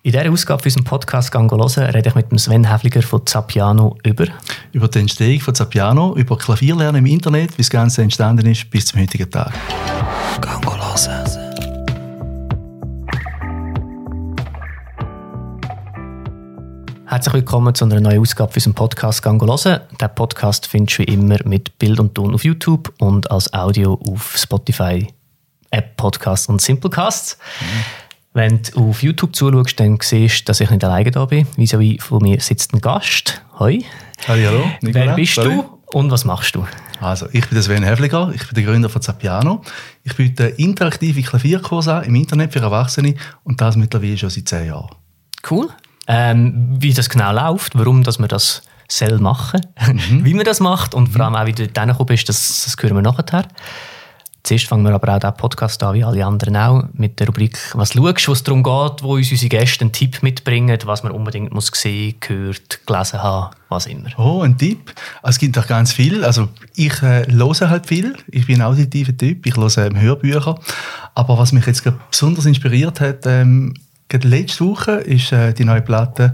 In dieser Ausgabe von unserem Podcast «Gango hören» rede ich mit dem Sven Häfliger von Zappiano über die Entstehung von Zappiano, über Klavierlernen im Internet, wie das Ganze entstanden ist, bis zum heutigen Tag. «Gango hören». Herzlich willkommen zu einer neuen Ausgabe von unserem Podcast «Gango hören». Den Podcast findest du wie immer mit Bild und Ton auf YouTube und als Audio auf Spotify, App Podcasts und Simplecasts. Wenn du auf YouTube zuschaust, dann siehst du, dass ich nicht alleine da bin. Vis-à-vis von mir sitzt ein Gast. Hoi. Hallo. Wer bist du und was machst du? Also, ich bin der Sven Häfliger, ich bin der Gründer von Zappiano. Ich biete interaktive Klavierkurse an im Internet für Erwachsene und das mittlerweile schon seit 10 Jahren. Cool. Wie das genau läuft, warum dass man das soll machen, wie man das macht und vor allem auch, wie du dort hingekommen bist, das hören wir nachher. Zuerst fangen wir aber auch diesen Podcast an, wie alle anderen auch, mit der Rubrik «Was schaust?», wo es darum geht, wo uns unsere Gäste einen Tipp mitbringen, was man unbedingt muss sehen, gehört, gelesen haben, was immer. Oh, ein Tipp? Es gibt auch ganz viel. Also ich höre halt viel. Ich bin ein auditiver Typ. Ich höre Hörbücher. Aber was mich jetzt besonders inspiriert hat, gerade letzte Woche ist die neue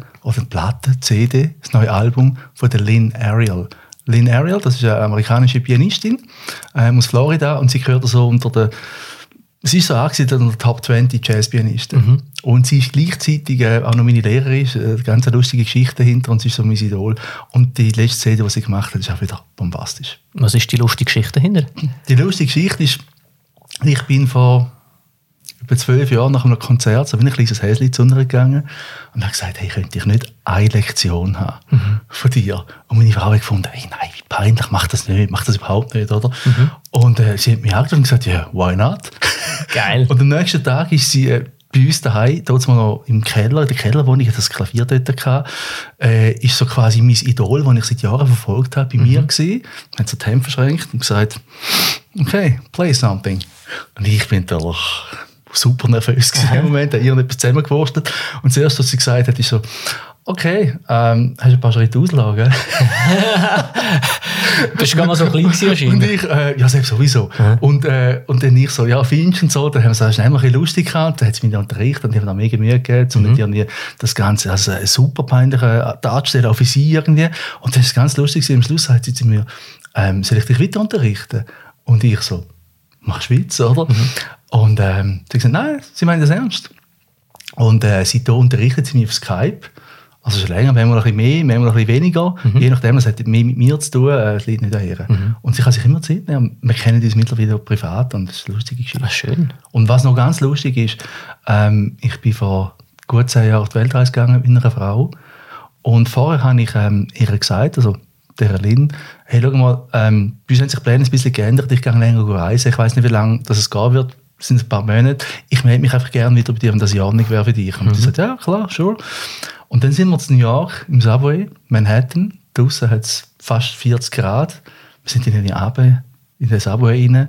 CD, das neue Album von der Lynn Ariel. Lynn Ariel, das ist eine amerikanische Pianistin aus Florida und sie gehört so sie ist so angesehen unter den Top 20 Jazzpianisten. Und sie ist gleichzeitig auch noch meine Lehrerin, eine ganz lustige Geschichte dahinter und sie ist so mein Idol. Und die letzte CD, die sie gemacht hat, ist auch wieder bombastisch. Was ist die lustige Geschichte dahinter? Die lustige Geschichte ist, ich bin vor über 12 Jahren nach einem Konzert, so bin ich ein kleines Häschen zu ihr gegangen und habe gesagt, hey, könnte ich nicht eine Lektion haben von dir? Und meine Frau hat gefunden, hey, nein, wie peinlich, mach das überhaupt nicht, oder? Und sie hat mich angeschaut und gesagt, ja, yeah, why not? Geil. Und am nächsten Tag ist sie bei uns daheim, dort mal noch im Keller, in der Kellerwohnung, ich hatte das Klavier dort gehabt, ist so quasi mein Idol, das ich seit Jahren verfolgt habe, bei mir gewesen. Hat so die Hände verschränkt und gesagt, okay, play something. Und ich bin natürlich super nervös im Moment, habe ihr etwas zusammengewurstet. Und zuerst, was sie gesagt hat, ist so, okay, hast du ein paar Schritte auslagen? Das war gar mal so klein wahrscheinlich. Und ich, ja, selbst sowieso. Und dann ich so, ja, findest und so, dann haben wir es schnell mal ein bisschen lustig gehabt, dann hat sie mich unterrichtet und ich habe da mega Mühe gegeben, um irgendwie das Ganze, also super peinliche darzustellen, auch für sie irgendwie. Und dann ist es ganz lustig, am Schluss sagt sie zu mir, soll ich dich weiter unterrichten? Und ich so, machst du Witz, oder? Und sie hat gesagt, nein, sie meinen das ernst. Und seitdem unterrichtet sie mich auf Skype. Also schon länger, manchmal ein bisschen mehr, manchmal ein bisschen weniger. Je nachdem, das hat mehr mit mir zu tun, das liegt nicht daher. Und sie kann sich immer Zeit nehmen. Wir kennen uns mittlerweile privat und das ist eine lustige Geschichte. Ah, schön. Und was noch ganz lustig ist, ich bin vor gut 10 Jahren auf die Weltreise gegangen mit einer Frau. Und vorher habe ich ihr gesagt, also der Lynn, hey, schau mal, bei uns haben sich die Pläne ein bisschen geändert, ich gehe länger reisen, ich weiss nicht, wie lange es gehen wird, es sind ein paar Monate, ich melde mich einfach gerne wieder bei dir, wenn das Jahr nicht wäre für dich. Und sie sagt, ja, klar, sure. Und dann sind wir in New York, im Subway, Manhattan, draussen hat es fast 40 Grad, wir sind in den Subway rein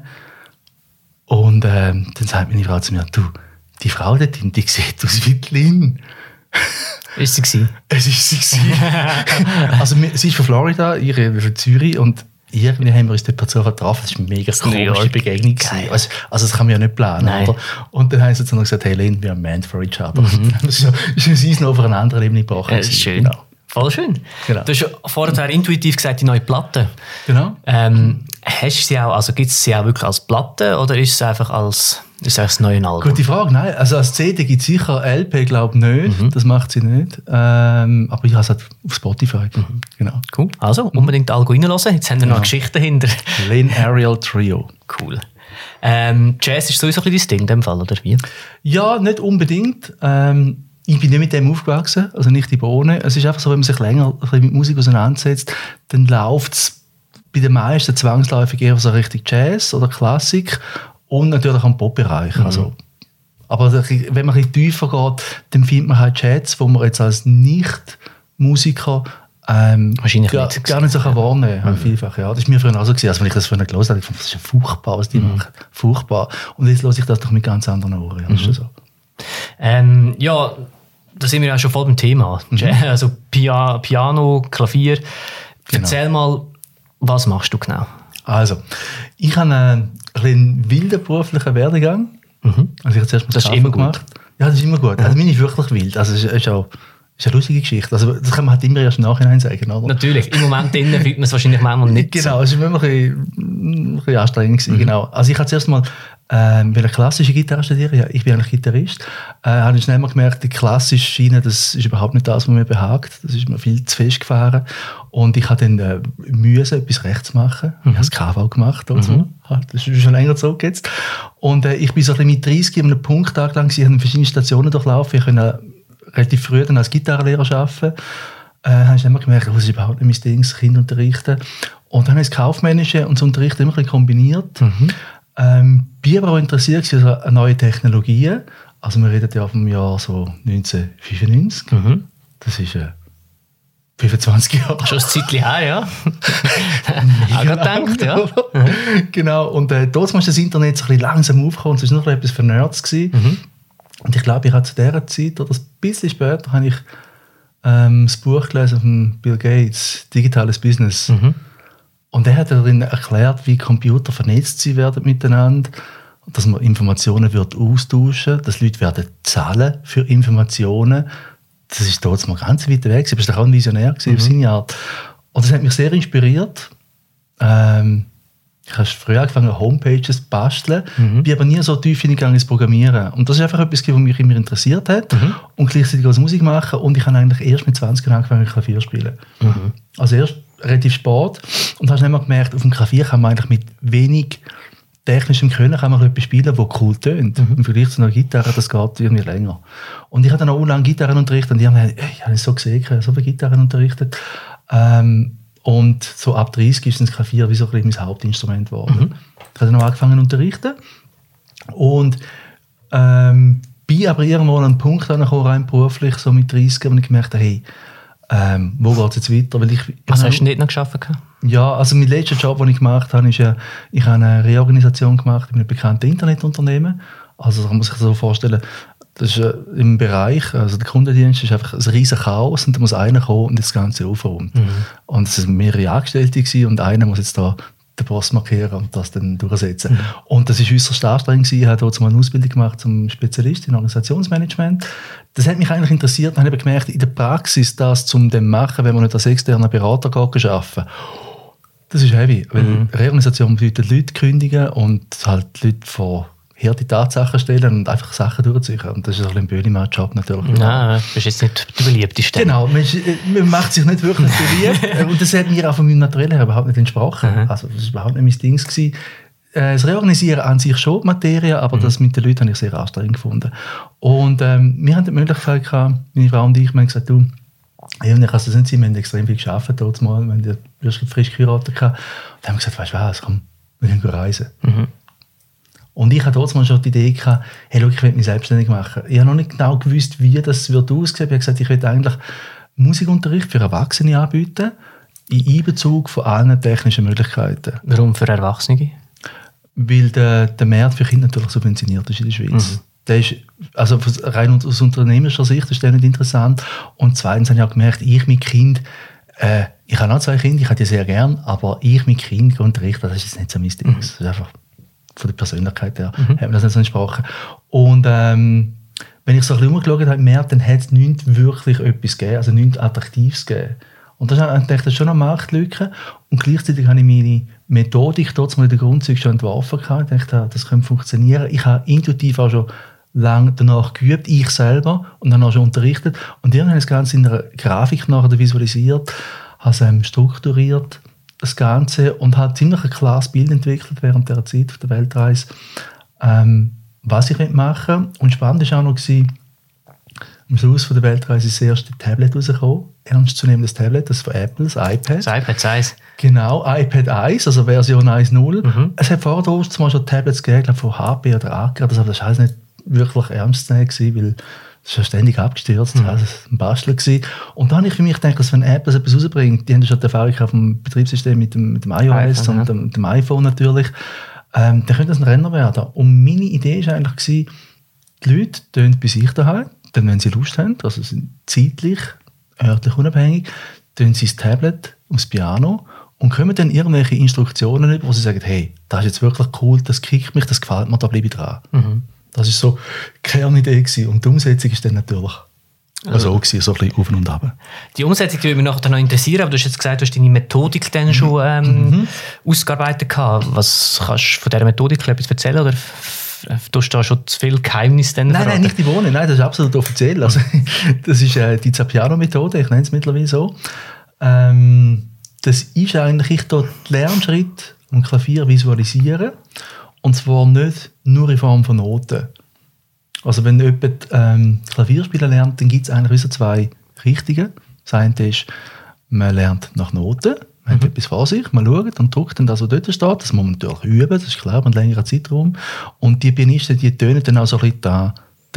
und dann sagt meine Frau zu mir, du, die Frau dort hinten, die sieht aus wie die Lynn. Ist sie gewesen? Es ist sie gewesen. Also sie ist von Florida, ich von Zürich und irgendwie haben wir uns dort plötzlich getroffen. Das war eine mega komische Begegnung. Also das kann man ja nicht planen, oder? Und dann haben sie dann gesagt, hey Lynn, wir are meant for each other. Das ist uns noch auf einer anderen Ebene gebrochen. Das ist schön. Genau. Voll schön. Genau. Du hast vorher intuitiv gesagt, die neue Platte. Genau. Hast du sie auch, also gibt es sie auch wirklich als Platte oder ist es einfach das neue Album? Gute Frage, nein. Also als CD gibt es sicher, LP glaube ich nicht, das macht sie nicht. Aber ich habe es halt auf Spotify. Genau. Cool. Also unbedingt alle reinhören. Jetzt haben wir noch eine Geschichte dahinter. Lynn Ariel Trio. Cool. Jazz ist sowieso ein bisschen dein Ding in dem Fall, oder wie? Ja, nicht unbedingt. Ich bin nicht mit dem aufgewachsen, also nicht die Bohne. Es ist einfach so, wenn man sich länger mit Musik auseinandersetzt, dann läuft es bei den meisten zwangsläufig eher so richtig Jazz oder Klassik und natürlich auch im Pop-Bereich. Also, aber wenn man ein bisschen tiefer geht, dann findet man halt Jazz, wo man jetzt als Nicht-Musiker wahrscheinlich gar nicht so wahrnehmen kann. Vielfach, ja. Das ist mir früher auch so gewesen. Also wenn ich das früher gelesen habe, ich fand, das ist ja furchtbar, was die machen. Furchtbar. Und jetzt höre ich das doch mit ganz anderen Ohren. Ja, ist schon so. Ja, da sind wir ja schon voll beim Thema. Also Piano, Klavier. Genau. Erzähl mal, was machst du genau? Also, ich habe einen wilden beruflichen Werdegang. Also ich habe zuerst mal das ist immer gemacht. Ja, das ist immer gut. Also meine ist wirklich wild. Also es ist auch eine lustige Geschichte. Also das kann man halt immer erst im Nachhinein sagen, oder? Natürlich. Im Moment findet man es wahrscheinlich manchmal nicht. Genau, es war immer ein bisschen anstrengend. Genau. Also ich habe zuerst mal eine klassische Gitarre studieren. Ja, ich bin eigentlich Gitarrist. Habe ich schnell mal gemerkt, die klassische Schiene, das ist überhaupt nicht das, was mir behagt. Das ist mir viel zu fest gefahren. Und ich habe dann müssen etwas rechts machen. Ich habe das KV gemacht. Also. Das ist schon länger zurück jetzt. Und ich bin so ein bisschen mit 30 an einem Punkt angelangt. Ich habe verschiedene Stationen durchlaufen. Ich konnte relativ früh dann als Gitarrenlehrer arbeiten. Habe ich dann immer gemerkt, das ist überhaupt nicht mein Ding, das Kind unterrichten. Und dann habe ich das Kaufmännische und das Unterrichten immer ein bisschen kombiniert. Bin aber auch interessiert an neuen Technologien. Also wir reden ja vom Jahr so 1995. Das ist 25 Jahre. Schon ein Zeitchen her, ja. Auch gerade gedacht, ja. Genau, und dort ist das Internet so ein bisschen langsam aufgekommen. Es war noch etwas für Nerds gewesen. Und ich glaube, ich habe zu dieser Zeit, oder ein bisschen später, habe ich das Buch gelesen von Bill Gates, Digitales Business. Und er hat darin erklärt, wie Computer vernetzt sie werden miteinander, dass man Informationen wird austauschen, dass Leute werden zahlen für Informationen. Das ist dort mal ganz weit weg. Du bist auch ein Visionär auf seine Art. Und das hat mich sehr inspiriert. Ich habe früher angefangen, Homepages zu basteln, bin aber nie so tief hineingegangen ins Programmieren. Und das ist einfach etwas, was mich immer interessiert hat. Und gleichzeitig auch Musik machen. Und ich habe eigentlich erst mit 20 Jahren angefangen, Klavier zu spielen. Also erst relativ spät. Und da hast du nicht mal gemerkt, auf dem Klavier kann man eigentlich mit wenig technischem Können kann man etwas spielen, das cool tönt. Im Vergleich zu einer Gitarre, das geht irgendwie länger. Und ich habe dann auch lange Gitarren unterrichtet und die haben ich habe es so gesehen, ich habe so viele Gitarren unterrichtet. Und so ab 30 ist das Klavier wie so ein bisschen mein Hauptinstrument geworden. Ich habe dann auch angefangen zu unterrichten. Und bin aber irgendwo an einen Punkt angekommen, rein beruflich, so mit 30, wo ich gemerkt habe, hey, wo geht es jetzt weiter? Weil was hast du nicht noch gearbeitet? Ja, also mein letzter Job, den ich gemacht habe, ist ja, ich habe eine Reorganisation gemacht in einem bekannten Internetunternehmen. Also da muss ich so vorstellen, das ist im Bereich, also der Kundendienst ist einfach ein riesen Chaos und da muss einer kommen und das Ganze aufräumen. Und es waren mehrere Angestellte gewesen, und einer muss jetzt da den Boss markieren und das dann durchsetzen. Und das war äußerst anstrengend. Ich habe dort mal eine Ausbildung gemacht zum Spezialist in Organisationsmanagement. Das hat mich eigentlich interessiert. Dann habe ich gemerkt, in der Praxis das zu machen, wenn man nicht als externer Berater arbeiten, das ist heavy. Weil Reorganisation bedeutet Leute kündigen und halt Leute vor harte Tatsachen stellen und einfach Sachen durchziehen. Und das ist ein Böhlimann-Job natürlich. Nein, du bist jetzt nicht der beliebteste. Genau, man macht sich nicht wirklich beliebt. Und das hat mir auch von meinem Naturell her überhaupt nicht entsprochen. Also das war überhaupt nicht mein Ding gewesen. Das Reorganisieren an sich schon, die Materie, aber das mit den Leuten habe ich sehr anstrengend gefunden. Und wir haben die Möglichkeit gehabt, meine Frau und ich, wir haben gesagt, du, ich kann es nicht sein, wir haben extrem viel gearbeitet dort mal, wir haben frisch geheiratet gehabt. Und dann haben wir gesagt, weißt du was, komm, wir gehen reisen. Und ich hatte dort mal schon die Idee gehabt, hey, schau, ich will mich selbstständig machen. Ich habe noch nicht genau gewusst, wie das wird aussehen. Ich habe gesagt, ich will eigentlich Musikunterricht für Erwachsene anbieten, in Einbezug von allen technischen Möglichkeiten. Warum für Erwachsene? Weil der Markt für Kinder natürlich subventioniert ist in der Schweiz. Der ist, also rein aus unternehmerischer Sicht ist der nicht interessant. Und zweitens habe ich auch gemerkt, ich mit Kind, ich habe auch 2 Kinder, ich habe die sehr gern, aber ich mit Kind unterrichten, das ist jetzt nicht so mein Ding. Das ist einfach von der Persönlichkeit her, hat mir das nicht so entsprochen. Und wenn ich so ein bisschen umgeschaut habe, gemerkt, dann hat es nicht wirklich etwas gegeben, also nichts Attraktives gegeben. Und da dachte ich schon eine Marktlücke. Und gleichzeitig habe ich meine Methodik dort mal in den Grundzügen schon entworfen. Ich dachte, das könnte funktionieren. Ich habe intuitiv auch schon lange danach geübt, ich selber, und dann auch schon unterrichtet. Und irgendwann habe ich das Ganze in einer Grafik nachher visualisiert, habe es strukturiert, das Ganze, und habe ziemlich ein klares Bild entwickelt während dieser Zeit auf der Weltreise, was ich machen will. Und spannend war auch noch, am Schluss der Weltreise ist das erste Tablet rausgekommen. Ernstzunehmendes Tablet, das von Apple, das iPad. Das iPad 1. Genau, iPad 1, also Version 1.0. Es hat vorher mal schon Tablets gegeben, von HP oder Acer. Das war alles nicht wirklich ernst zu nehmen, weil es ist ständig abgestürzt, das war ein Bastel gewesen. Und dann habe ich für mich gedacht, dass wenn Apple etwas rausbringt, die haben schon die Erfahrung vom Betriebssystem mit dem iOS iPhone, und dem iPhone natürlich, dann könnte das ein Renner werden. Und meine Idee war eigentlich, die Leute tun bei sich daheim, dann, wenn sie Lust haben, also sind zeitlich, örtlich unabhängig, tun sie das Tablet aufs Piano und kommen dann irgendwelche Instruktionen über, wo sie sagen, hey, das ist jetzt wirklich cool, das kickt mich, das gefällt mir, da bleibe ich dran. Das war so die Kernidee gewesen. Und die Umsetzung ist dann natürlich so ein bisschen auf und ab. Die Umsetzung würde mich nachher noch interessieren, aber du hast jetzt gesagt, du hast deine Methodik dann schon ausgearbeitet gehabt. Was kannst du von dieser Methodik etwas erzählen? Oder tust du da schon zu viel Geheimnis verraten? Nein, nicht die Wohnen. Nein, das ist absolut offiziell. Also, das ist die Zapiano-Methode, ich nenne es mittlerweile so. Das ist eigentlich, ich dort Lernschritt am Klavier visualisieren. Und zwar nicht nur in Form von Noten. Also wenn jemand Klavier spielen lernt, dann gibt es eigentlich so zwei Richtungen. Das eine ist, man lernt nach Noten, man hat etwas vor sich, man schaut und drückt dann das, was dort steht. Das muss man natürlich üben, das ist klar, über einen längeren Zeitraum. Und die Pianisten, die tönen dann auch so ein bisschen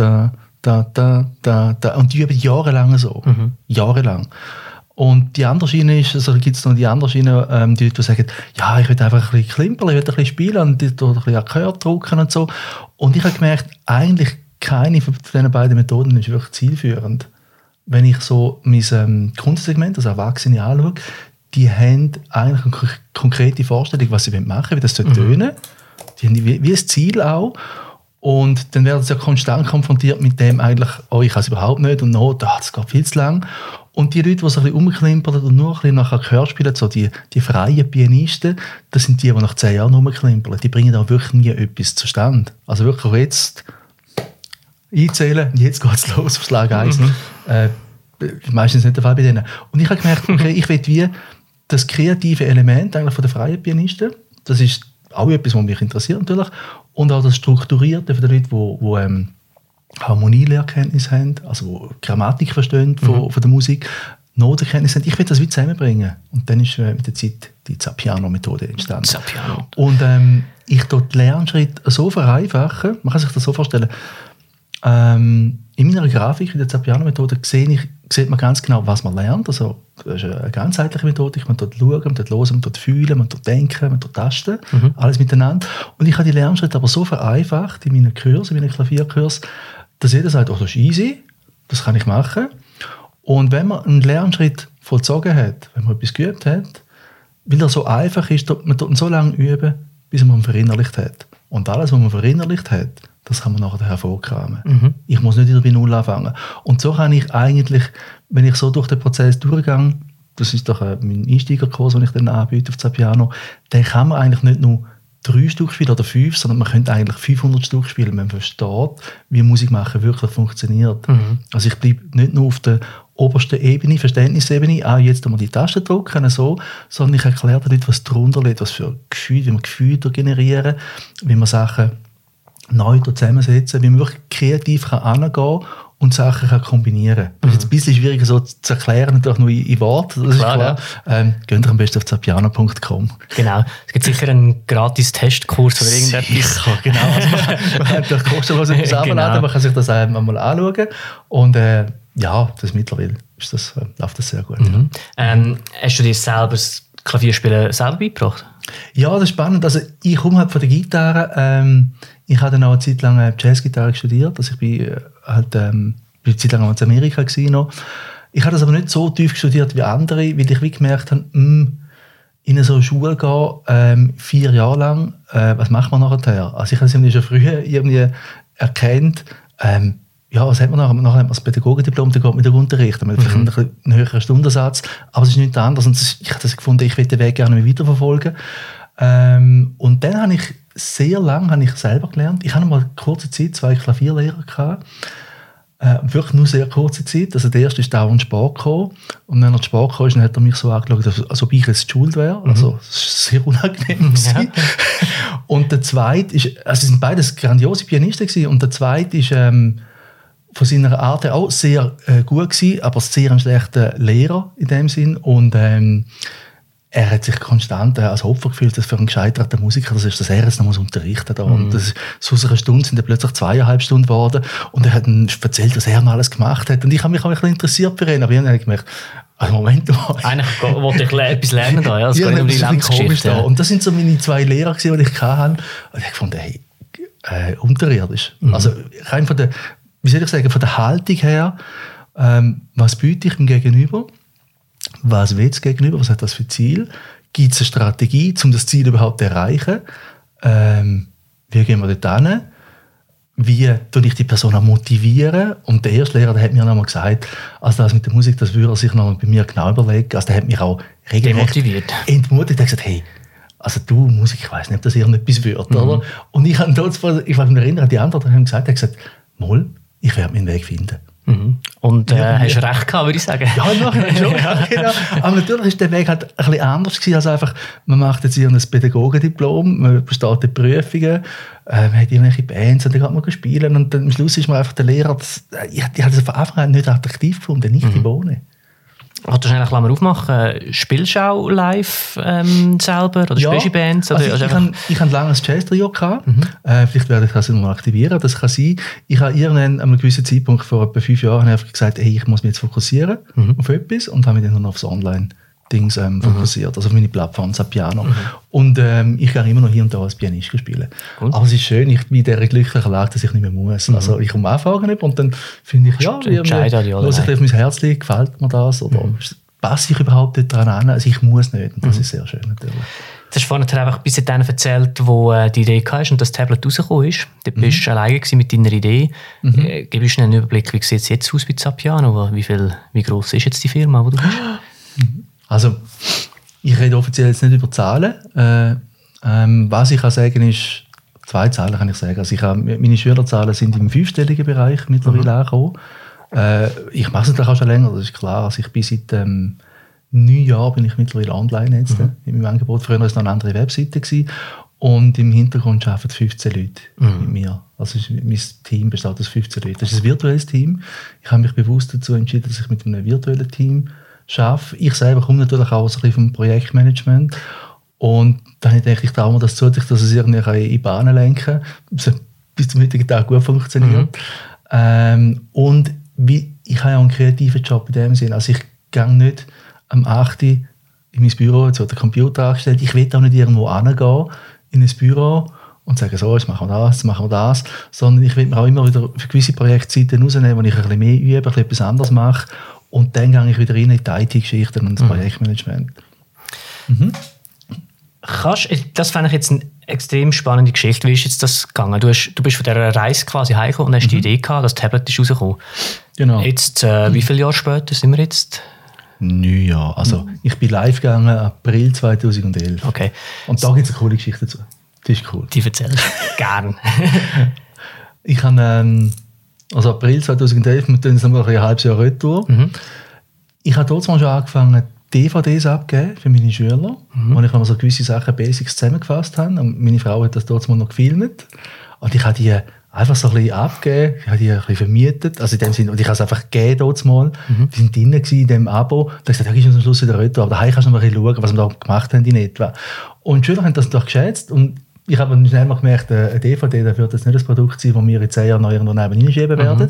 da. Und die üben jahrelang so. Jahrelang. Und die andere Schiene ist, also gibt es noch die andere Schiene, die Leute, die sagen, ja, ich will einfach ein bisschen klimpern, ich will ein bisschen spielen und ein bisschen Akkorde drücken und so. Und ich habe gemerkt, eigentlich keine von diesen beiden Methoden ist wirklich zielführend. Wenn ich so mein Kundensegment, also Erwachsene, anschaue, die haben eigentlich eine konkrete Vorstellung, was sie machen wollen, wie das tönen. Die haben wie ein Ziel auch. Und dann werden sie ja konstant konfrontiert mit dem eigentlich, oh, ich kann es überhaupt nicht und no, das geht viel zu lang. Und die Leute, die so ein bisschen rumklimpern und nur ein bisschen nach Akkord spielen, so die freien Pianisten, das sind die nach 10 Jahren rumklimpern. Die bringen auch wirklich nie etwas zustande. Also wirklich jetzt einzählen, jetzt geht es los auf Schlag 1. Meistens nicht der Fall bei denen. Und ich habe gemerkt, okay, ich will wie das kreative Element eigentlich von den freien Pianisten, das ist auch etwas, was mich interessiert natürlich, und auch das Strukturierte von den Leuten, die Harmonielehrkenntnis haben, also die Grammatik verstehen von der Musik, Notenkenntnis haben. Ich will das wie zusammenbringen. Und dann ist mit der Zeit die Zapiano-Methode entstanden. Zapiano. Und ich dort Lernschritt so vereinfachen, man kann sich das so vorstellen, in meiner Grafik, in der Zapiano-Methode, sieht man ganz genau, was man lernt. Also, das ist eine ganzheitliche Methodik. Man dort schauen, man dort hören, man dort fühlen, man dort denken, man dort tasten. Alles miteinander. Und ich habe die Lernschritte aber so vereinfacht in meinen Kursen, in meinen Klavierkursen, dass jeder sagt, oh, das ist easy, das kann ich machen. Und wenn man einen Lernschritt vollzogen hat, wenn man etwas geübt hat, weil er so einfach ist, man tut ihn so lange üben, bis man ihn verinnerlicht hat. Und alles, was man verinnerlicht hat, das kann man nachher hervorkramen. Ich muss nicht wieder bei Null anfangen. Und so kann ich eigentlich, wenn ich so durch den Prozess durchgehe, das ist doch mein Einsteigerkurs, den ich dann anbiete auf Zapiano, dann kann man eigentlich nicht nur 3 Stück spielen oder 5, sondern man könnte eigentlich 500 Stück spielen, wenn man versteht, wie Musik machen wirklich funktioniert. Also ich bleibe nicht nur auf der obersten Ebene, Verständnisebene, jetzt wir die Tasten drücken, so, sondern ich erkläre den Leuten, was darunter liegt, was für Gefühle, wie man Gefühle generieren, wie man Sachen neu zusammensetzen, wie man wirklich kreativ angehen kann und Sachen kann kombinieren. Das ist jetzt ein bisschen schwieriger so zu erklären, natürlich nur in Worten, das klar, ist klar. Geht am besten auf zapiano.com. Genau, es gibt sicher einen gratis Testkurs oder irgendetwas. Ja, genau, also man kann natürlich kostenlos etwas abladen, man kann sich das einmal anschauen und ja, das mittlerweile läuft das sehr gut. Hast du dir selber das Klavierspielen selber beigebracht? Ja, das ist spannend. Also ich komme halt von der Gitarre. Ich habe dann auch eine Zeit lang Jazzgitarre studiert. Also ich bin halt eine Zeit lang in Amerika gewesen. Ich habe das aber nicht so tief studiert wie andere, weil ich wie gemerkt habe, in so eine Schule gehen, 4 Jahre lang, was macht man nachher? Also ich habe es schon früher irgendwie erkannt, ja, was hat man nachher? Nachher hat man das Pädagogendiplom, dann geht man den Unterricht, man hat vielleicht einen höheren Stundensatz, aber es ist nichts anderes. Und ich habe das gefunden, ich will den Weg gerne weiterverfolgen. Und dann habe ich sehr lange selber gelernt. Ich hatte mal kurze Zeit 2 Klavierlehrer gehabt. Wirklich nur sehr kurze Zeit. Also der erste ist dauernd Sport gekommen. Und wenn er zu Sport kam, dann hat er mich so angeschaut, als ob ich jetzt schuld wäre. Also es war sehr unangenehm. Ja. Und der zweite ist, also es sind beides grandiose Pianisten gewesen. Und der zweite ist von seiner Art auch sehr gut gewesen, aber sehr ein schlechter Lehrer in dem Sinn. Und er hat sich konstant als Opfer gefühlt, dass für einen gescheiterten Musiker, das ist, dass er jetzt noch unterrichten muss. Und das, so aus einer Stunde sind dann plötzlich 2,5 Stunden geworden. Und er hat dann erzählt, was er noch alles gemacht hat. Und ich habe mich auch ein bisschen interessiert für ihn. Aber ich habe gemerkt, also Moment mal. Eigentlich wollte ich etwas lernen da, ja. Das ja, geht um die Lebensgeschichte. Ja. Und das sind so meine 2 Lehrer gewesen, die ich hatte. Und ich fand, hey, unterirdisch. Also rein von der, wie soll ich sagen, von der Haltung her, was biete ich dem Gegenüber? Was will das Gegenüber? Was hat das für Ziel? Gibt es eine Strategie, um das Ziel überhaupt zu erreichen? Wie gehen wir dort hin? wie tue ich die Person auch motivieren? Und der erste Lehrer, der hat mir noch mal gesagt, also das mit der Musik, das würde er sich noch bei mir genau überlegen. Also der hat mich auch regelrecht entmutigt. Er hat gesagt, hey, also du, Musik, ich weiss nicht, ob das irgendetwas wird, oder? Und ich habe dort, ich kann mich erinnern, die anderen haben gesagt, er hat gesagt, mal, ich werde meinen Weg finden. Und hast du recht gehabt, würde ich sagen. Ja, nachher schon. Genau. Aber natürlich ist der Weg halt ein bisschen anders gewesen, als einfach, man macht jetzt ein Pädagogendiplom, man besteht die Prüfungen, man hat irgendwelche Bands und dann geht man spielen und dann am Schluss ist man einfach der Lehrer, ich habe das von Anfang an nicht attraktiv gefunden, nicht die Bohne. Kannst du schnell Klammer aufmachen? Spielst du auch live selber oder spielst du Bands? Oder also ich hatte lange ein Jazz-Trio gehabt. Vielleicht werde ich das noch mal aktivieren. Das kann sein. Ich habe irgendwann an einem gewissen Zeitpunkt vor etwa 5 Jahren einfach gesagt, hey, ich muss mich jetzt fokussieren auf etwas und habe mich dann noch aufs Online-Dings fokussiert, also auf meine Plattform, das Piano. Und ich gehe immer noch hier und da als Pianist spielen. Gut. Aber es ist schön, ich bin in dieser glücklichen Lage, dass ich nicht mehr muss. Also ich komme anfangen nicht und dann finde ich, ja, muss ich auf mein Herz liegen, gefällt mir das oder passe ich überhaupt nicht daran an? Also ich muss nicht und das ist sehr schön natürlich. Du hast vorhin einfach bis dahin erzählt, wo die Idee hast und das Tablet rausgekommen ist. Du bist alleine mit deiner Idee. Gib uns einen Überblick, wie sieht es jetzt aus bei Zapiano? Wie gross ist jetzt die Firma, wo du bist? Also, ich rede offiziell jetzt nicht über Zahlen. Was ich kann sagen ist, 2 Zahlen kann ich sagen. Also meine Schülerzahlen sind im 5-stelligen Bereich mittlerweile angekommen. Ich mache es natürlich auch schon länger, das ist klar. Also ich bin seit 9 Jahren bin ich mittlerweile online jetzt in meinem Angebot. Früher war es noch eine andere Webseite gewesen. Und im Hintergrund arbeiten 15 Leute mit mir. Also mein Team besteht aus 15 Leuten. Das ist ein virtuelles Team. Ich habe mich bewusst dazu entschieden, dass ich mit einem virtuellen Team arbeite. Ich selber komme natürlich auch so ein bisschen vom Projektmanagement. Und dann denke ich, traue mir das zu, dass es irgendwie in Bahnen lenken kann. Das hat bis zum heutigen Tag gut funktioniert. Und ich habe ja auch einen kreativen Job in dem Sinn. Also ich gehe nicht am 8. in mein Büro, jetzt wird der Computer angestellt. Ich will auch nicht irgendwo hingehen in ein Büro und sagen, so, jetzt machen wir das. Sondern ich will mir auch immer wieder für gewisse Projektzeiten rausnehmen, wo ich ein bisschen mehr übe, ein bisschen etwas anderes mache. Und dann gehe ich wieder rein in die IT-Geschichten und das Projektmanagement. Das fand ich jetzt eine extrem spannende Geschichte. Wie ist jetzt das gegangen? Du bist von dieser Reise quasi heimgekommen und hast die Idee gehabt, das Tablet ist rausgekommen. Genau. Jetzt, wie viele Jahre später sind wir jetzt? 9 Jahre. Also ich bin live gegangen April 2011. Okay. Und da gibt es eine coole Geschichte dazu. Die ist cool. Die erzählst du gern. Ich habe also April 2011, wir tun jetzt noch ein halbes Jahr retour. Ich habe dort mal schon angefangen, DVDs abgeben für meine Schüler, wo ich noch so gewisse Sachen, Basics zusammengefasst habe. Und meine Frau hat das dort mal noch gefilmt. Und ich habe die einfach so ein bisschen abgegeben, ich habe die ein bisschen vermietet, also in dem Sinne, und ich habe es einfach gegeben dort mal. Die sind drinnen in dem Abo. Da habe ich gesagt, ja, gib uns am Schluss wieder retour, aber daheim kannst du noch mal ein bisschen schauen, was wir da gemacht haben in etwa. Und die Schüler haben das natürlich geschätzt und ich habe dann schnell mal gemerkt, eine DVD, das wird jetzt nicht das Produkt sein, das wir in 10 Jahren noch irgendwo neben reinschieben werden.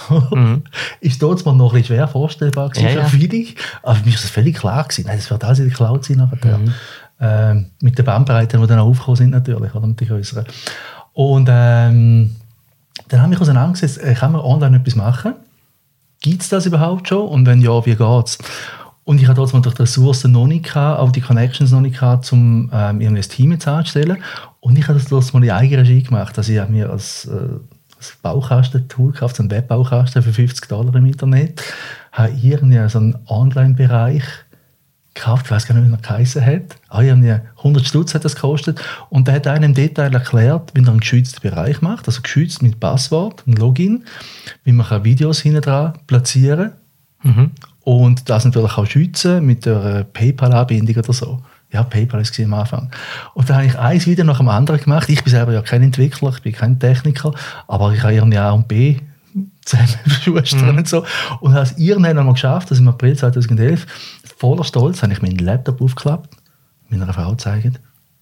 Ist dort mal noch ein bisschen schwer vorstellbar gewesen für viele. Aber für mich war das völlig klar gewesen. Nein, das wird alles in der Cloud sein nachher. Mit den Bandbreiten, die dann auch aufgekommen sind natürlich, oder mit den größeren. Und dann habe ich auseinandergesetzt, kann man online etwas machen? Gibt es das überhaupt schon? Und wenn ja, wie geht es? Und ich hatte dort mal durch die Ressourcen noch nicht gehabt, auch die Connections noch nicht gehabt, um ein Team jetzt anzustellen. Und ich habe das dort mal in eigener Regie gemacht. Also ich habe mir als Baukasten-Tool gekauft, so einen Webbaukasten für $50 im Internet. Habe irgendwie so einen Online-Bereich gekauft, ich weiß gar nicht, wie er geheissen hat. Irgendwie 100 Stutz hat das gekostet. Und der hat einem im Detail erklärt, wie man einen geschützten Bereich macht, also geschützt mit Passwort, ein Login, wie man Videos hinten dran platzieren kann. Und das natürlich auch schützen mit der PayPal-Anbindung oder so. Ja, PayPal war es am Anfang. Und dann habe ich ein Video nach dem anderen gemacht. Ich bin selber ja kein Entwickler, ich bin kein Techniker, aber ich habe irgendwie A und B zusammenschustern und so. Und habe es irgendwann einmal geschafft, dass im April 2011 voller Stolz habe ich meinen Laptop aufgeklappt, meiner Frau gezeigt.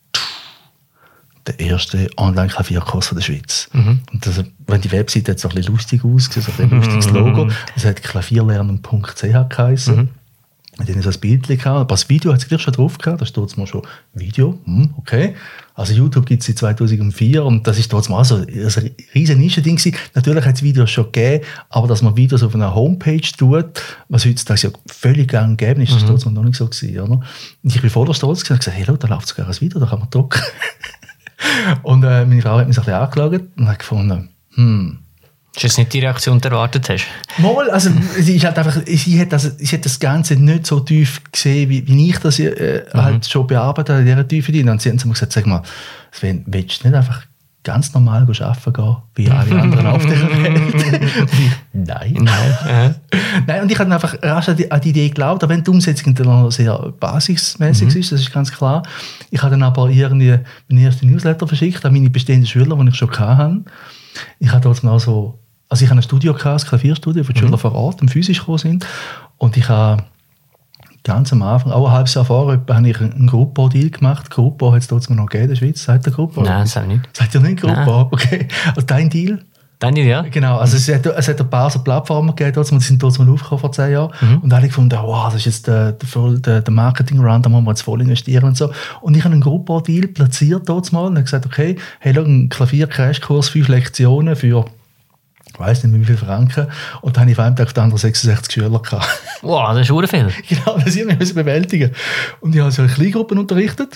Der erste Online-Klavierkurs der Schweiz. Und das, wenn die Webseite jetzt so ein bisschen lustig aussieht, so ein lustiges Logo, das hat klavierlernen.ch geheißen. Mit denen so ein Bild gehabt. Aber das Video hat es gleich schon drauf gehabt. Da steht mal schon Video. Okay. Also YouTube gibt es seit 2004 und das ist dort mal so ein riesen Nischending gewesen. Natürlich hat es Videos schon gegeben, aber dass man Videos auf einer Homepage tut, was heutzutage ja völlig gang und gäbe ist, das dort noch nicht so gewesen, oder? Und ich bin voller Stolz und gesagt, hey, da läuft sogar ein Video, da kann man drucken. Und meine Frau hat mich so ein bisschen angeschaut und hat gefunden, Ist das nicht die Reaktion, die du erwartet hast? Mal, also sie ist halt einfach, sie hat das Ganze nicht so tief gesehen, wie ich das halt schon bearbeitet habe, in dieser Tiefe drin. Und sie haben mir gesagt, sag mal, Sven, willst du nicht einfach ganz normal arbeiten gehen, wie alle anderen auf der Welt? Nein. Nein, und ich habe einfach rasch an die Idee geglaubt, aber wenn die Umsetzung dann noch sehr basismäßig ist, das ist ganz klar. Ich habe dann aber irgendwie meinen ersten Newsletter verschickt an meine bestehenden Schüler, die ich schon hatte. Ich hatte dort noch so, also ich habe ein Studio gehabt, ein Klavierstudio, wo die Schüler vor Ort physisch gekommen sind. Und ich habe ganz am Anfang, auch ein halbes Jahr vorher, habe ich einen Gruppo-Deal gemacht. Gruppo hat es dort noch gegeben in der Schweiz. Sagt der Gruppo? Nein, das auch nicht. Sagt ihr nicht Gruppo? Okay. Also dein Deal? Dein Deal, ja. Genau. Also es hat ein paar so Plattformen gegeben, dort, die sind dort mal aufgekommen vor 10 Jahren. Und da habe ich gefunden, wow, das ist jetzt der Marketing-Run, da muss man jetzt voll investieren und so. Und ich habe einen Gruppo-Deal platziert dort mal und habe gesagt, okay, hey, schau, ein Klavier-Crashkurs, 5 Lektionen für, ich weiss nicht mehr wie viele Franken. Und dann habe ich von einem Tag auf den anderen 66 Schüler gehabt. Wow, das ist schon viel. Genau, das müssen wir bewältigen. Und ich habe so eine Kleingruppe unterrichtet.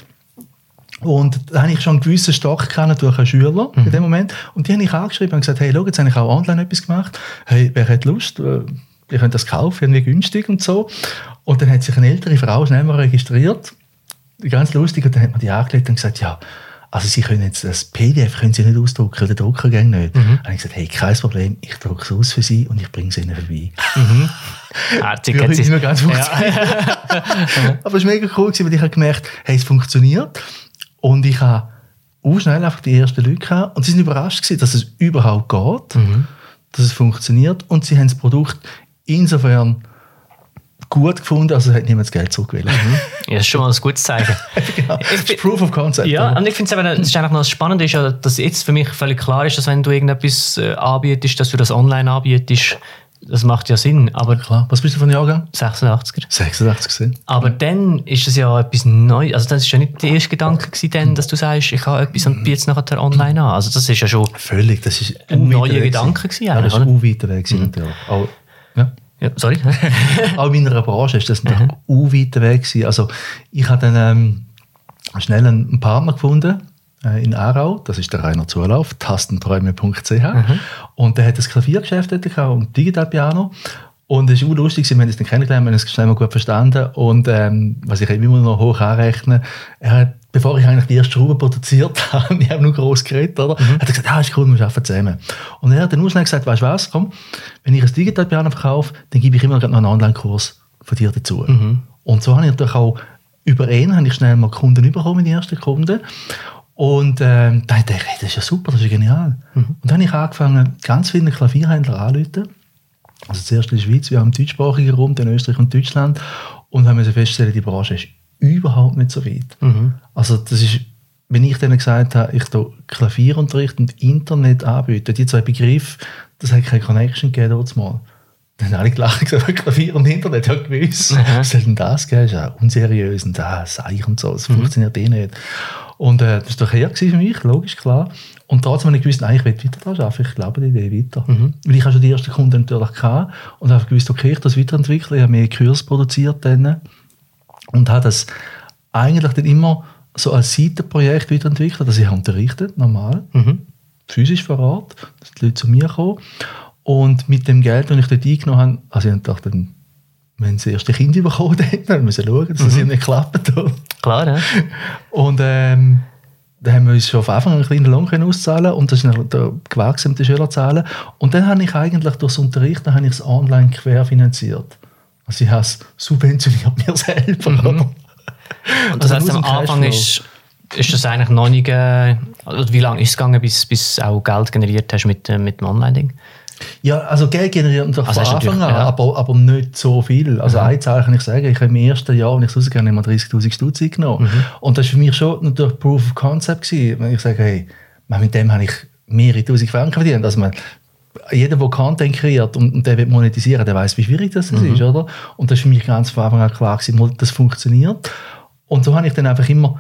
Und da habe ich schon einen gewissen Stock gehabt durch einen Schüler in dem Moment. Und die habe ich angeschrieben und gesagt, hey, schau, jetzt habe ich auch online etwas gemacht. Hey, wer hat Lust? Ihr könnt das kaufen, irgendwie günstig und so. Und dann hat sich eine ältere Frau schnell mal registriert. Ganz lustig. Und dann hat man die angelegt und gesagt, ja, also Sie können jetzt das PDF können Sie nicht ausdrucken, der Drucker geht nicht. Dann habe ich gesagt, hey, kein Problem, ich drucke es aus für Sie und ich bringe es Ihnen vorbei. Herzig, hat nicht mehr ganz funktioniert. Aber es war mega cool, weil ich habe gemerkt, hey, es funktioniert. Und ich habe auch schnell einfach die ersten Leute gehabt. Und sie sind überrascht gewesen, dass es überhaupt geht, dass es funktioniert. Und sie haben das Produkt insofern gut gefunden, also hat niemand das Geld zurückgewählt. Ja, das ist schon mal ein gutes Zeichen. Genau. Proof of Concept. Ja, und ich finde es eigentlich noch das Spannende ist ja, dass jetzt für mich völlig klar ist, dass wenn du irgendetwas anbietest, dass du das online anbietest, das macht ja Sinn. Aber klar. Was bist du von Jahrgang? 86er. 86 gesehen. Aber dann ist es ja etwas Neues. Also das ist ja nicht der erste Gedanke gewesen, dass du sagst, ich habe etwas und biete es nachher online an. Also das ist ja schon völlig. Das ist ein neuer Gedanke gewesen. Ja, das ist weiter weg natürlich. Auch, ja, sorry. Auch in meiner Branche ist das natürlich weiter weg gewesen. Also ich habe dann schnell einen Partner gefunden in Aarau, das ist der Rainer Zulauf, tastenträume.ch. Und der hat das Klaviergeschäft dort und Digitalpiano. Und es ist auch lustig, wir haben es dann kennengelernt, wir haben es schnell mal gut verstanden. Und was ich immer noch hoch anrechne, er hat, bevor ich eigentlich die erste Schraube produziert habe, ich habe nur gross geredet, oder? Hat er gesagt, ist cool, wir arbeiten zusammen. Und er hat dann auch schnell gesagt, weißt du was, komm, wenn ich ein Digitalpiano verkaufe, dann gebe ich immer noch einen Online-Kurs von dir dazu. Und so habe ich natürlich auch über ihn habe ich schnell mal Kunden bekommen, die ersten Kunden. Und dann dachte ich, hey, das ist ja super, das ist ja genial. Und dann habe ich angefangen, ganz viele Klavierhändler anzurufen. Also zuerst in der Schweiz, wir haben im deutschsprachigen Raum, in Österreich und Deutschland. Und haben festgestellt, die Branche ist überhaupt nicht so weit. Also das ist, wenn ich denen gesagt habe, ich tue Klavierunterricht und Internet anbieten, die zwei Begriffe, das hat keine Connection gegeben dort mal. Dann haben alle gelacht und gesagt, Klavier und Internet, ja gewiss. Was soll denn das geben? Das ist ja unseriös und das Seich und so, das funktioniert eh nicht. Und das war doch her für mich, logisch, klar. Und trotzdem habe ich gewusst, ich will weiter daran arbeiten, ich glaube die Idee weiter. Weil ich schon die ersten Kunden natürlich gehabt und habe gewusst, okay, ich das weiterentwickle, ich habe mehr Kurs produziert dann und habe das eigentlich dann immer so als Seitenprojekt weiterentwickelt, dass ich unterrichtet, normal, physisch vor Ort, dass die Leute zu mir kommen. Und mit dem Geld, das ich dort eingenommen habe, also ich dachte, wenn sie erst die Kinder bekommen haben, müssen wir schauen, dass es ihnen nicht klappt. Klar, ja. Und dann haben wir uns schon auf Anfang einen kleinen Lohn auszahlen und das ist der gewachsen mit den Schülerzahlen. Und dann habe ich eigentlich durchs Unterrichten habe ich es online querfinanziert. Also ich habe es subventioniert mir selber. Und das heisst, am Anfang ist das eigentlich noch nicht... wie lange ist es gegangen, bis du auch Geld generiert hast mit dem Online-Ding? Ja, also Geld generiert natürlich von Anfang an, aber nicht so viel. Also eine Zahl kann ich sagen, ich habe im ersten Jahr, als ich es rausgegangen habe, 30'000 Stutz genommen. Und das war für mich schon natürlich Proof of Concept gewesen, wenn ich sage, hey, mit dem habe ich mehrere tausend Franken verdient. Also jeder, der Content kreiert und der will monetisieren, der weiß, wie schwierig das ist, oder? Und das war für mich ganz von Anfang an klar gewesen, das funktioniert. Und so habe ich dann einfach immer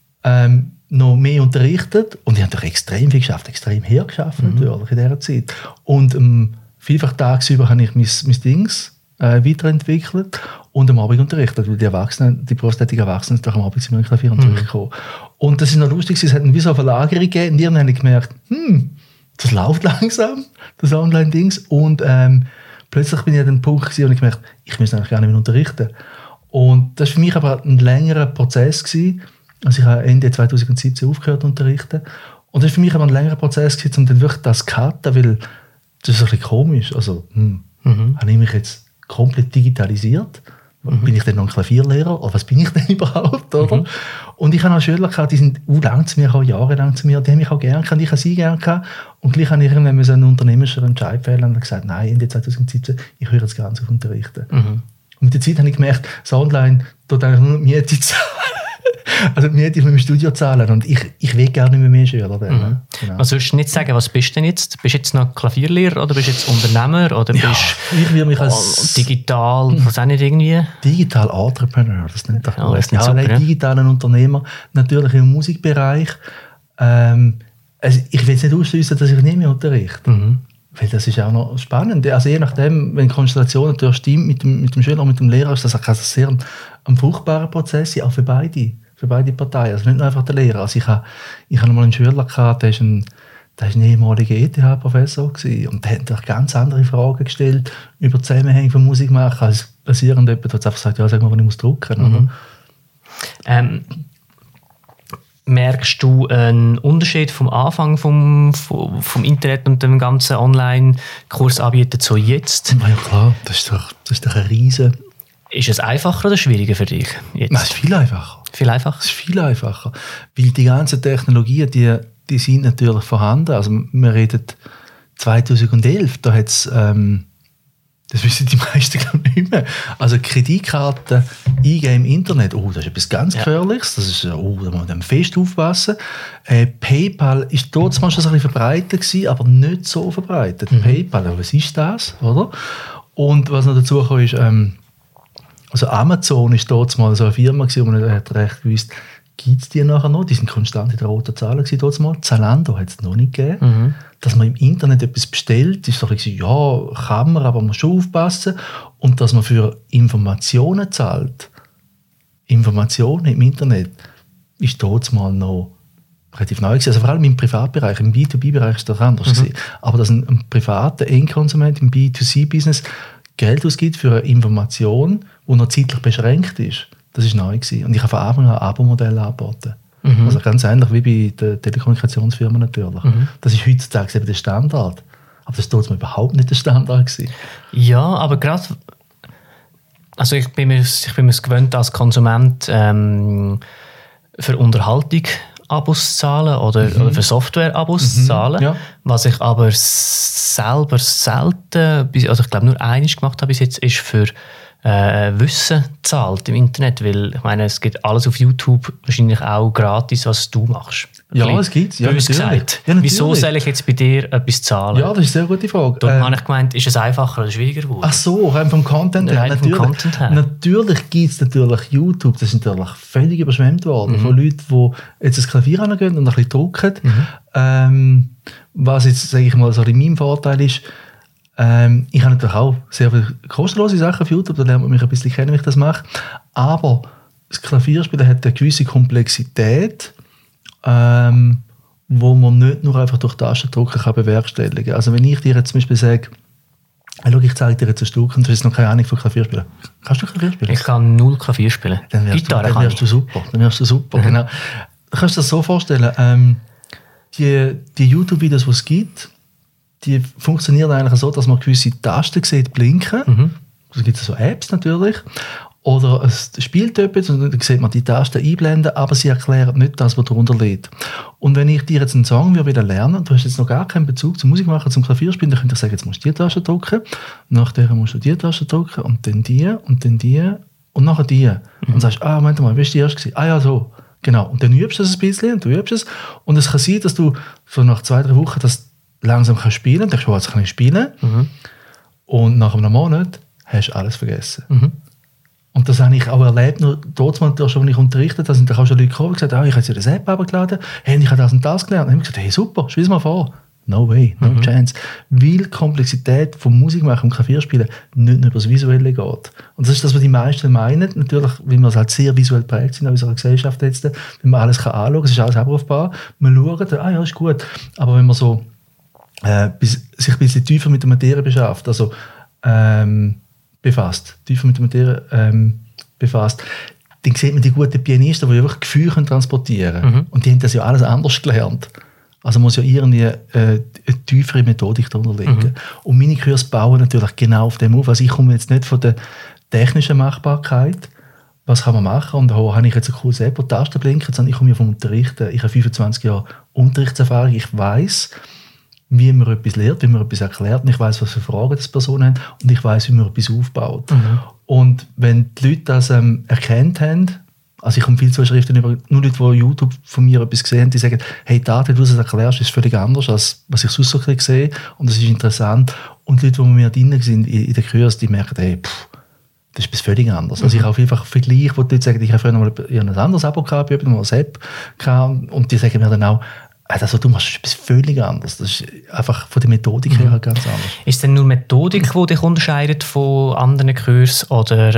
noch mehr unterrichtet und ich habe doch extrem viel geschafft, extrem hergeschafft natürlich in dieser Zeit. Und vielfach tagsüber habe ich mein Dings weiterentwickelt und am Abend unterrichtet, weil die berufstätigen Erwachsenen sind am Abend zu mir in Klavierunterricht gekommen. Und das ist noch lustig, es hat wie so eine Verlagerung gegeben und irgendwann habe ich gemerkt, das läuft langsam, das Online-Dings. Und plötzlich bin ich an dem Punkt gewesen, und ich gemerkt, ich müsste eigentlich gar nicht mehr unterrichten. Und das war für mich aber ein längerer Prozess gewesen. Also ich habe Ende 2017 aufgehört zu unterrichten. Und das war für mich aber ein längerer Prozess gewesen, um dann wirklich das zu cutten, weil das ist ein bisschen komisch. Also, habe ich mich jetzt komplett digitalisiert? Bin ich dann noch ein Klavierlehrer? Oder was bin ich denn überhaupt? Oder? Und ich habe auch Schüler gehabt, die sind lang zu mir, auch jahrelang zu mir, die haben mich auch gerne gehabt, ich habe sie gerne gehabt. Und gleich habe ich irgendwann einen unternehmerischen Entscheid fällen und gesagt, nein, Ende 2017, ich höre jetzt ganz auf unterrichten. Und mit der Zeit habe ich gemerkt, so online tut eigentlich nur die Miete zahlen. Also die Miete von meinem Studio zahlen und ich will gar nicht mehr Schüler. Genau. Was würdest du nicht sagen, was bist du denn jetzt? Bist du jetzt noch Klavierlehrer oder bist du jetzt Unternehmer? Oder bist ich will mich als digital, was auch nicht irgendwie? Digital Entrepreneur, das nennt doch das super, nein, digitalen Unternehmer, natürlich im Musikbereich. Also ich will jetzt nicht ausschließen, dass ich nicht mehr unterrichte. Weil das ist auch noch spannend. Also je nachdem, wenn die Konstellation natürlich stimmt mit dem Schüler und mit dem Lehrer, ist das auch sehr ein fruchtbarer Prozess sein, auch für beide Parteien. Also nicht nur einfach der Lehrer. Also ich habe mal einen Schüler gehabt, der ist ein ehemaliger ETH-Professor gewesen, und der hat natürlich ganz andere Fragen gestellt über Zusammenhänge von Musik machen, als basierend jemand hat einfach gesagt, ja, sag mal, wann ich muss drucken. Oder? Merkst du einen Unterschied vom Anfang vom Internet und dem ganzen Online-Kurs anbieten zu jetzt? Ja klar, das ist doch ein Riesen. Ist es einfacher oder schwieriger für dich jetzt? Nein, es ist viel einfacher. Viel einfacher? Es ist viel einfacher. Weil die ganzen Technologien, die sind natürlich vorhanden. Also wir reden 2011, da hat es, das wissen die meisten gar nicht mehr. Also Kreditkarten eingeben im Internet, das ist etwas ganz Gefährliches. Das ist, da muss man fest aufpassen. PayPal ist dort mal schon ein bisschen verbreitet gewesen, aber nicht so verbreitet. PayPal, was ist das, oder? Und was noch dazu kam, ist, also Amazon ist dort mal so eine Firma gewesen, wo man nicht recht gewusst, gibt es die nachher noch? Die sind konstant in der roten Zahlen gewesen dort mal. Zalando hat es noch nicht gegeben. Dass man im Internet etwas bestellt, ist so ein bisschen, ja, kann man, aber man muss schon aufpassen. Und dass man für Informationen zahlt, Informationen im Internet, ist dort mal noch relativ neu gewesen. Also vor allem im Privatbereich, im B2B-Bereich ist das anders gewesen. Aber dass ein privater Endkonsument im B2C-Business Geld ausgibt für eine Information, die noch zeitlich beschränkt ist, das ist neu gewesen. Und ich habe von Anfang an ein Abo-Modell angeboten. Also ganz ähnlich wie bei den Telekommunikationsfirmen natürlich. Das ist heutzutage eben der Standard. Aber das war damals überhaupt nicht der Standard gewesen. Ja, aber gerade, also ich bin mir gewöhnt als Konsument für Unterhaltung Abos zu zahlen oder für Software-Abos zu zahlen. Ja. Was ich aber selber selten, also ich glaube nur eines gemacht habe bis jetzt, ist für Wissen zahlt im Internet, weil ich meine, es gibt alles auf YouTube wahrscheinlich auch gratis, was du machst. Ja, es gibt es. Ja, gesagt. Ja, wieso soll ich jetzt bei dir etwas zahlen? Ja, das ist eine sehr gute Frage. Darum habe ich gemeint, ist es einfacher oder schwieriger geworden? Ach so, rein vom Content her. Natürlich gibt es natürlich YouTube, das ist natürlich völlig überschwemmt worden von Leuten, die jetzt ein Klavier angehen und ein bisschen drucken. Was jetzt, sage ich mal, so in meinem Vorteil ist, ich habe natürlich auch sehr viele kostenlose Sachen auf YouTube, da lernt man mich ein bisschen kennen, wie ich das mache. Aber das Klavierspielen hat eine gewisse Komplexität, wo man nicht nur einfach durch Tastendrucken kann bewerkstelligen kann. Also wenn ich dir jetzt zum Beispiel sage, schau, ich zeige dir jetzt ein Stück und du hast noch keine Ahnung von Klavierspielen. Kannst du Klavier spielen? Ich kann 0 Klavier spielen. Dann wärst du super. Genau. Du kannst dir das so vorstellen, die YouTube-Videos, die es gibt, die funktionieren eigentlich so, dass man gewisse Tasten sieht blinken. Da gibt es so Apps natürlich. Oder es spielt etwas und dann sieht man die Tasten einblenden, aber sie erklären nicht das, was darunter liegt. Und wenn ich dir jetzt einen Song wieder lernen, du hast jetzt noch gar keinen Bezug zum Musikmachen, zum Klavierspielen, dann könnte ich sagen, jetzt musst du die Taste drücken, nachher musst du die Taste drücken und dann die und nachher die. Und sagst, Moment mal, wie war die erste gewesen? Ja, so. Genau. Und dann übst du es ein bisschen und du übst es. Und es kann sein, dass du so nach 2-3 Wochen das langsam spielen kannst. Dann denkst du, jetzt kann ich spielen. Und nach einem Monat hast du alles vergessen. Und das habe ich auch erlebt, nur dort, schon, als ich unterrichtet habe, sind auch schon Leute gekommen und gesagt, ich habe jetzt das App abgeladen, hey, ich habe das und das gelernt. Und dann habe ich gesagt, hey, super, spiel es mal vor. No way, no chance. Weil die Komplexität vom Musikmachen und Klavierspielen nicht nur über das Visuelle geht. Und das ist das, was die meisten meinen. Natürlich, weil wir halt sehr visuell prägt sind in unserer Gesellschaft jetzt, wenn man alles anschauen kann, es ist alles abrufbar. Man schaut, ja, ist gut. Aber wenn man so sich ein bisschen tiefer mit der Materie beschäftigt, also tiefer mit der Materie befasst, dann sieht man die guten Pianisten, die wirklich Gefühle transportieren können. Und die haben das ja alles anders gelernt. Also muss ja irgendwie eine tiefere Methodik darunter liegen. Und meine Kurse bauen natürlich genau auf dem auf. Also ich komme jetzt nicht von der technischen Machbarkeit, was kann man machen, und da habe ich jetzt eine coole App, die Tasten blinken, sondern ich komme ja vom Unterrichten. Ich habe 25 Jahre Unterrichtserfahrung. Ich weiss, wie man etwas lehrt, wie man etwas erklärt, und ich weiss, was für Fragen das Personen haben, und ich weiss, wie man etwas aufbaut. Und wenn die Leute das erkannt haben, also ich komme viel Zuschriften über nur Leute, die YouTube von mir etwas gesehen haben, die sagen, hey, da, wie du es erklärst, ist völlig anders, als was ich sonst so sehe, und das ist interessant. Und die Leute, die mit mir drin sind in den Kursen, die merken, hey, das ist etwas völlig anderes. Also ich habe einfach Vergleich, wo die Leute sagen, ich habe früher mal ein anderes Abo gehabt, ich habe mal eine App gehabt, und die sagen mir dann auch, also du machst etwas völlig anderes. Das ist einfach von der Methodik her ganz anders. Ist es denn nur Methodik, die dich unterscheidet von anderen Kursen? Oder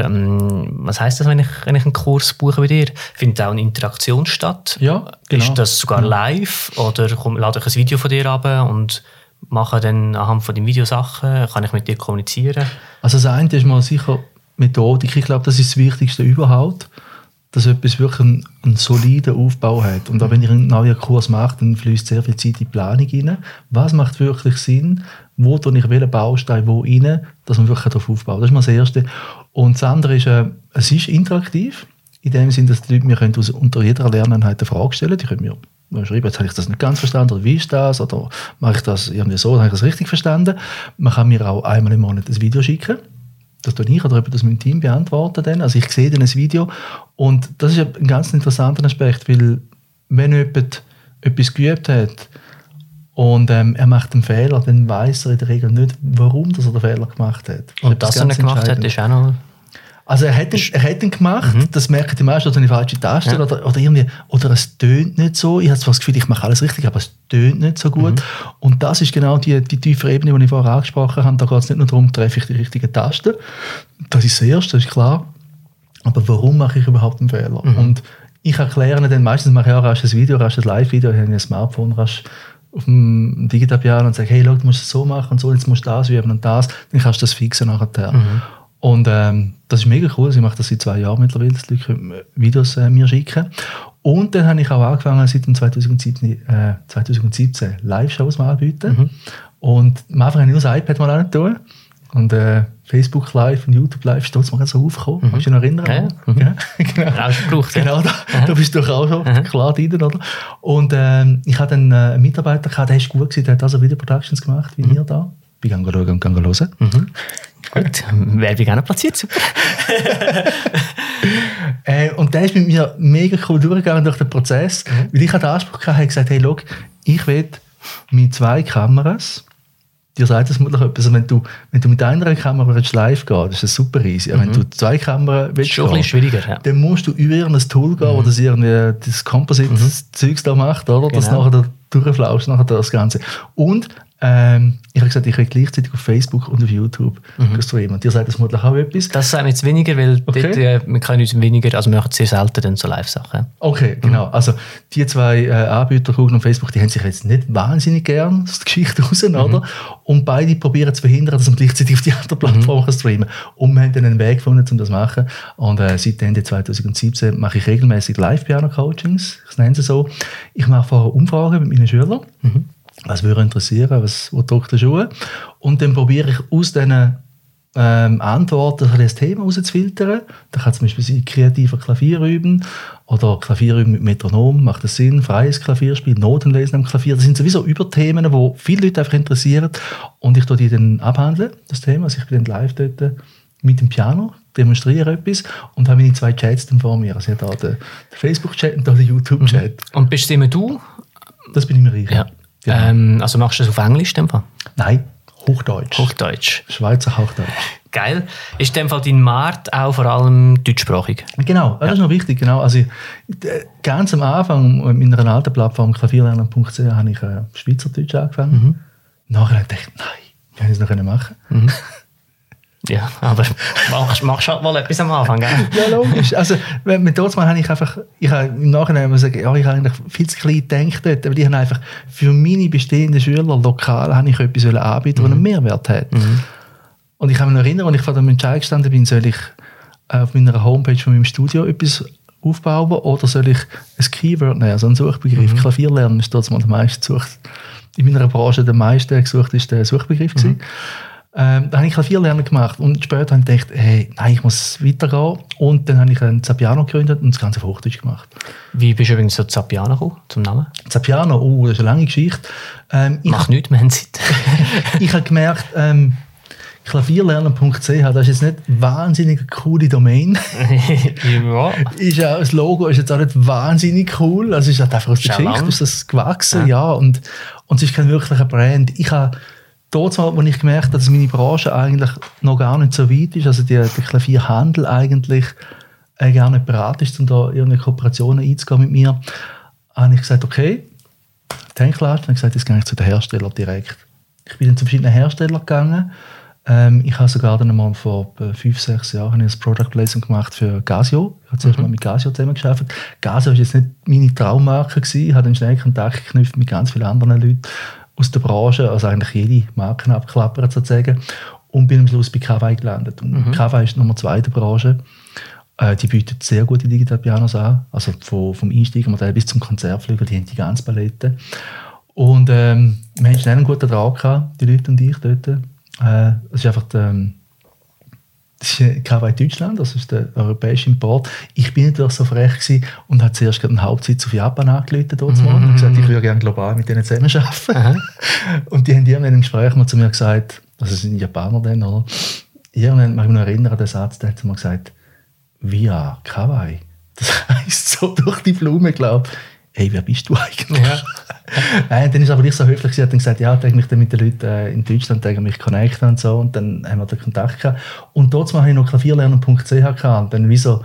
was heisst das, wenn ich einen Kurs buche bei dir? Findet auch eine Interaktion statt? Ja, genau. Ist das sogar live? Oder lade ich ein Video von dir ab und mache dann anhand von den Videosachen? Kann ich mit dir kommunizieren? Also das eine ist mal sicher Methodik. Ich glaube, das ist das Wichtigste überhaupt, dass etwas wirklich einen soliden Aufbau hat. Und auch wenn ihr einen neuen Kurs macht, dann fließt sehr viel Zeit in die Planung rein. Was macht wirklich Sinn? Wo tue ich welchen Baustein wo rein, dass man wirklich darauf aufbaut? Das ist mal das Erste. Und das andere ist, es ist interaktiv. In dem Sinne, dass die Leute mir unter jeder Lerneinheit eine Frage stellen. Die können mir schreiben, jetzt habe ich das nicht ganz verstanden, oder wie ist das? Oder mache ich das irgendwie so, oder habe ich das richtig verstanden? Man kann mir auch einmal im Monat ein Video schicken. Das tue ich, oder das mein Team beantworten dann. Also ich sehe dann ein Video, und das ist ein ganz interessanter Aspekt, weil wenn jemand etwas geübt hat und er macht einen Fehler, dann weiss er in der Regel nicht, warum er den Fehler gemacht hat. Und dass er nicht gemacht hat, ist auch noch... Also er hat ihn gemacht, das merken die meisten, oder eine falsche Taste, oder es tönt nicht so. Ich habe zwar das Gefühl, ich mache alles richtig, aber es tönt nicht so gut. Und das ist genau die tiefe Ebene, die ich vorher angesprochen habe. Da geht es nicht nur darum, treffe ich die richtigen Tasten. Das ist das Erste, das ist klar. Aber warum mache ich überhaupt einen Fehler? Und ich erkläre ihnen dann, meistens mache ich auch rasch ein Video, rasch ein Live-Video, ich habe ein Smartphone rasch auf dem Digital-Piano und sage, hey, schau, du musst es so machen und so, jetzt musst du das üben und das, dann kannst du das fixen nachher. Und das ist mega cool. Ich mache das seit 2 Jahren mittlerweile, dass die Leute Videos mir schicken. Und dann habe ich auch angefangen, seit dem 2017 Live-Shows mal anbieten. Und am Anfang habe ich nur das iPad mal angetan. Und Facebook Live und YouTube Live steht es mal ganz so aufgekommen. Kannst du dich noch erinnern? Ja. Genau. Genau, da bist du auch schon klar drin, oder? Und ich hatte dann einen Mitarbeiter gehabt, der ist gut gewesen, der hat also Video-Productions gemacht, wie ihr da. Ich gehe schauen und hören. Gut, Werbung auch noch platziert, super. Und der ist mit mir mega cool durchgegangen durch den Prozess, weil ich den Anspruch hatte, gesagt, hey, schau, ich will mit 2 Kameras, dir sagt das vermutlich etwas, also wenn du mit einer Kamera live gehen, das ist super easy. Wenn du 2 Kameras willst, schon ein bisschen schwieriger, ja. Dann musst du über ein Tool gehen, wo das irgendwie das Composite-Zeugs da macht, oder? Das nachher durchflauscht, nachher das Ganze. Und ich habe gesagt, ich will gleichzeitig auf Facebook und auf YouTube streamen. Und dir sagt das vermutlich auch etwas. Das sagen wir jetzt weniger, weil dort, wir können uns weniger, also wir machen sehr selten dann so Live-Sachen. Okay, genau. Also die 2 Anbieter, Google und Facebook, die haben sich jetzt nicht wahnsinnig gern aus der Geschichte raus, oder? Und beide probieren zu verhindern, dass man gleichzeitig auf die anderen Plattformen streamen kann. Und wir haben dann einen Weg gefunden, um das zu machen. Und seit Ende 2017 mache ich regelmäßig Live-Piano-Coachings, ich nenne sie so. Ich mache vorher Umfragen mit meinen Schülern. Was würde interessieren, wo drückt der Schuh? Und dann probiere ich aus diesen Antworten das Thema herauszufiltern. Da kann zum Beispiel sein kreativer Klavier üben oder Klavier üben mit Metronom, macht das Sinn, freies Klavierspiel, Noten lesen am Klavier. Das sind sowieso Überthemen, die viele Leute einfach interessieren. Und ich tue die dann abhandeln, das Thema. Also ich bin dann live dort mit dem Piano, demonstriere etwas und habe meine 2 Chats dann vor mir. Also ich habe da den Facebook-Chat und da den YouTube-Chat. Und bist immer du? Das bin immer ich. Ja. Genau. Also machst du das auf Englisch? Nein, Hochdeutsch. Hochdeutsch. Schweizer Hochdeutsch. Geil. Ist in dem Fall dein Markt auch vor allem deutschsprachig? Genau, das ist noch wichtig. Genau. Also, ganz am Anfang mit meiner alten Plattform klavierlernen.ch habe ich Schweizerdeutsch angefangen. Nachher habe ich gedacht, nein, wie kann ich das noch machen? Ja, aber machst halt mal etwas am Anfang, gell? Ja, logisch. Also, mit Dotsmann habe ich habe im Nachhinein muss sagen, ja, ich habe eigentlich viel zu klein gedacht dort, aber ich habe einfach für meine bestehenden Schüler lokal habe ich etwas anbieten, das einen Mehrwert hat. Und ich kann mich noch erinnern, als ich vor dem Entscheid gestanden bin, soll ich auf meiner Homepage von meinem Studio etwas aufbauen oder soll ich ein Keyword nehmen, also einen Suchbegriff. Klavier lernen ist dort mal der meiste gesucht. In meiner Branche der meiste gesucht ist der Suchbegriff gewesen. Da habe ich Klavierlernen gemacht und später habe ich gedacht, hey, nein, ich muss weitergehen. Und dann habe ich ein Zappiano gegründet und das Ganze auf Hochdeutsch gemacht. Wie bist du übrigens zu Zappiano gekommen, zum Namen? Zappiano, das ist eine lange Geschichte. Mach nichts, wir haben Zeit. Ich habe gemerkt, klavierlernen.ch, das ist jetzt nicht wahnsinnig coole Domain. Ja. Ist ja, das Logo ist jetzt auch nicht wahnsinnig cool. Also ist halt einfach aus der Geschichte ist das gewachsen, ja. Und es ist kein wirklicher Brand. Ich habe dort mal, als ich gemerkt habe, dass meine Branche eigentlich noch gar nicht so weit ist, also der Klavierhandel eigentlich gar nicht bereit ist, um da irgendeine Kooperationen einzugehen mit mir, habe ich gesagt, okay, Tankladen, habe gesagt, jetzt gehe ich zu den Herstellern direkt. Ich bin dann zu verschiedenen Herstellern gegangen. Ich habe sogar dann mal vor 5-6 Jahren ein Product Placement gemacht für Casio. Ich habe zuerst mal mit Casio zusammengearbeitet. Casio war jetzt nicht meine Traummarke gewesen. Ich habe dann schnell Kontakt geknüpft mit ganz vielen anderen Leuten aus der Branche, also eigentlich jede Marke abklappert sozusagen. Und bin am Schluss bei Kawai gelandet. Und Kawai ist Nummer 2 der Branche. Die bietet sehr gute Digital-Pianos an. Also vom Einsteigermodell bis zum Konzertflügel, die haben die ganze Palette. Und wir haben schnell einen guten Draht gehabt, die Leute und ich dort. Es ist einfach das ist Kawai Deutschland, das ist der europäische Import. Ich bin natürlich so frech gewesen und habe zuerst einen Hauptsitz auf Japan angerufen und gesagt, ich würde gerne global mit denen zusammenarbeiten. Und die haben irgendwann im Gespräch mal zu mir gesagt, das sind Japaner dann, oder? Irgendwann, mag ich mich noch erinnern an den Satz, da hat sie mal gesagt, via Kawai. Das heisst so durch die Blume, glaube ich. Hey, wer bist du eigentlich? Ja. Nein, dann ist aber nicht so höflich. Sie hat dann gesagt, ja, eigentlich mit den Leuten in Deutschland mich connecten und so. Und dann haben wir den Kontakt gehabt. Und dort habe ich noch klavierlernen.ch gehabt. Und dann wieso,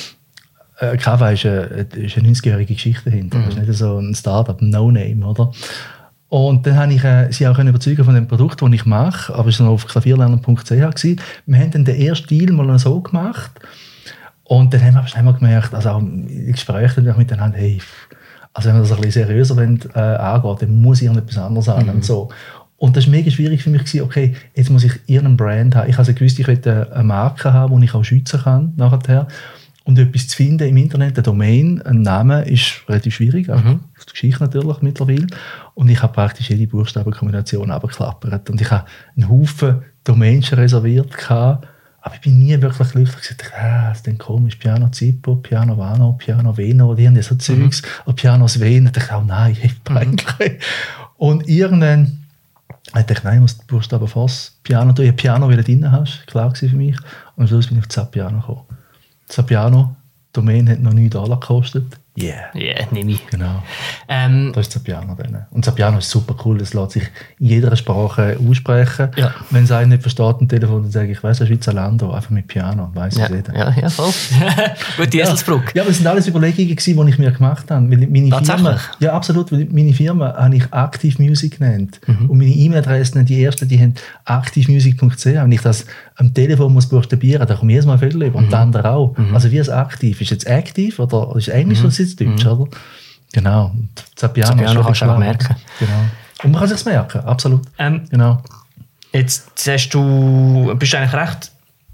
Kawai ist eine 90-jährige Geschichte dahinter. Das ist nicht so ein Startup, ein No-Name, oder? Und dann habe ich sie auch überzeugen von dem Produkt, das ich mache. Aber es war noch auf klavierlernen.ch. Wir haben dann den ersten Deal mal so gemacht. Und dann haben wir schnell mal gemerkt, also auch im Gespräch miteinander, hey, also wenn man das ein bisschen seriöser angeht, dann muss ich irgendetwas anderes an und so. Und das war mega schwierig für mich, okay, jetzt muss ich irgendeinen Brand haben. Ich habe also gewusst, ich möchte eine Marke haben, die ich auch schützen kann nachher. Und etwas zu finden im Internet, eine Domain, ein Name, ist relativ schwierig, auch aus der Geschichte natürlich mittlerweile. Und ich habe praktisch jede Buchstabenkombination abgeklappert. Und ich habe einen Haufen Domains schon reserviert gehabt. Aber ich bin nie wirklich glücklich. Ich dachte, das ist dann komisch. Piano Zippo, Piano Vano, Piano Veno, die haben ja so Zeugs. Und Piano Sven. Ich dachte, oh nein, peinlich. Und irgendwann dachte ich, nein, ich muss den Buchstaben Voss Piano tun. Ich Piano, wie du drin hast, klar für mich. Und am Schluss bin ich auf Zappiano gekommen. Zappiano, Domain hat noch $9 gekostet. Yeah, nehme ich. Genau. Das ist Zappiano dann. Und Zappiano ist super cool, das lässt sich in jeder Sprache aussprechen. Ja. Wenn es einen nicht versteht am Telefon, dann sage ich, weiss du, Schweizer Lando, einfach mit Piano, weiss es jeder. Ja, voll. Gute Eselsbrücke. Ja, aber es sind alles Überlegungen gewesen, die ich mir gemacht habe. Tatsächlich? Ja, absolut. Meine Firma habe ich Active Music genannt. Und meine E-Mail-Adressen, die ersten, die haben activemusic.ch. Wenn ich das am Telefon muss buchstabieren, dann komme ich jedes Mal viel lieber. Und die anderen auch. Also wie ist aktiv? Ist jetzt aktiv oder ist Englisch oder ist es Deutsch? Oder? Genau. Zappiano kannst du auch merken. Genau. Und man kann es sich merken, absolut. Genau. Jetzt bist du eigentlich recht,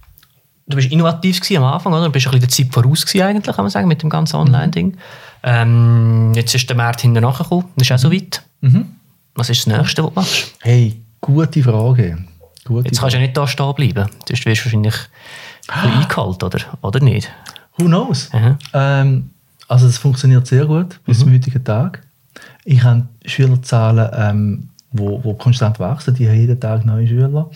du bist innovativ gewesen am Anfang, oder? Du bist ein bisschen der Zeit voraus gewesen, eigentlich, kann man sagen, mit dem ganzen Online-Ding. Jetzt ist der Markt hinten nachgekommen, das ist auch so weit. Was ist das Nächste, was du machst? Hey, gute Frage. Jetzt kannst du ja nicht da stehen bleiben. Du wirst wahrscheinlich eingehalten, oder nicht? Who knows? Also das funktioniert sehr gut bis zum heutigen Tag. Ich habe Schülerzahlen, die konstant wachsen. Die haben jeden Tag neue Schüler.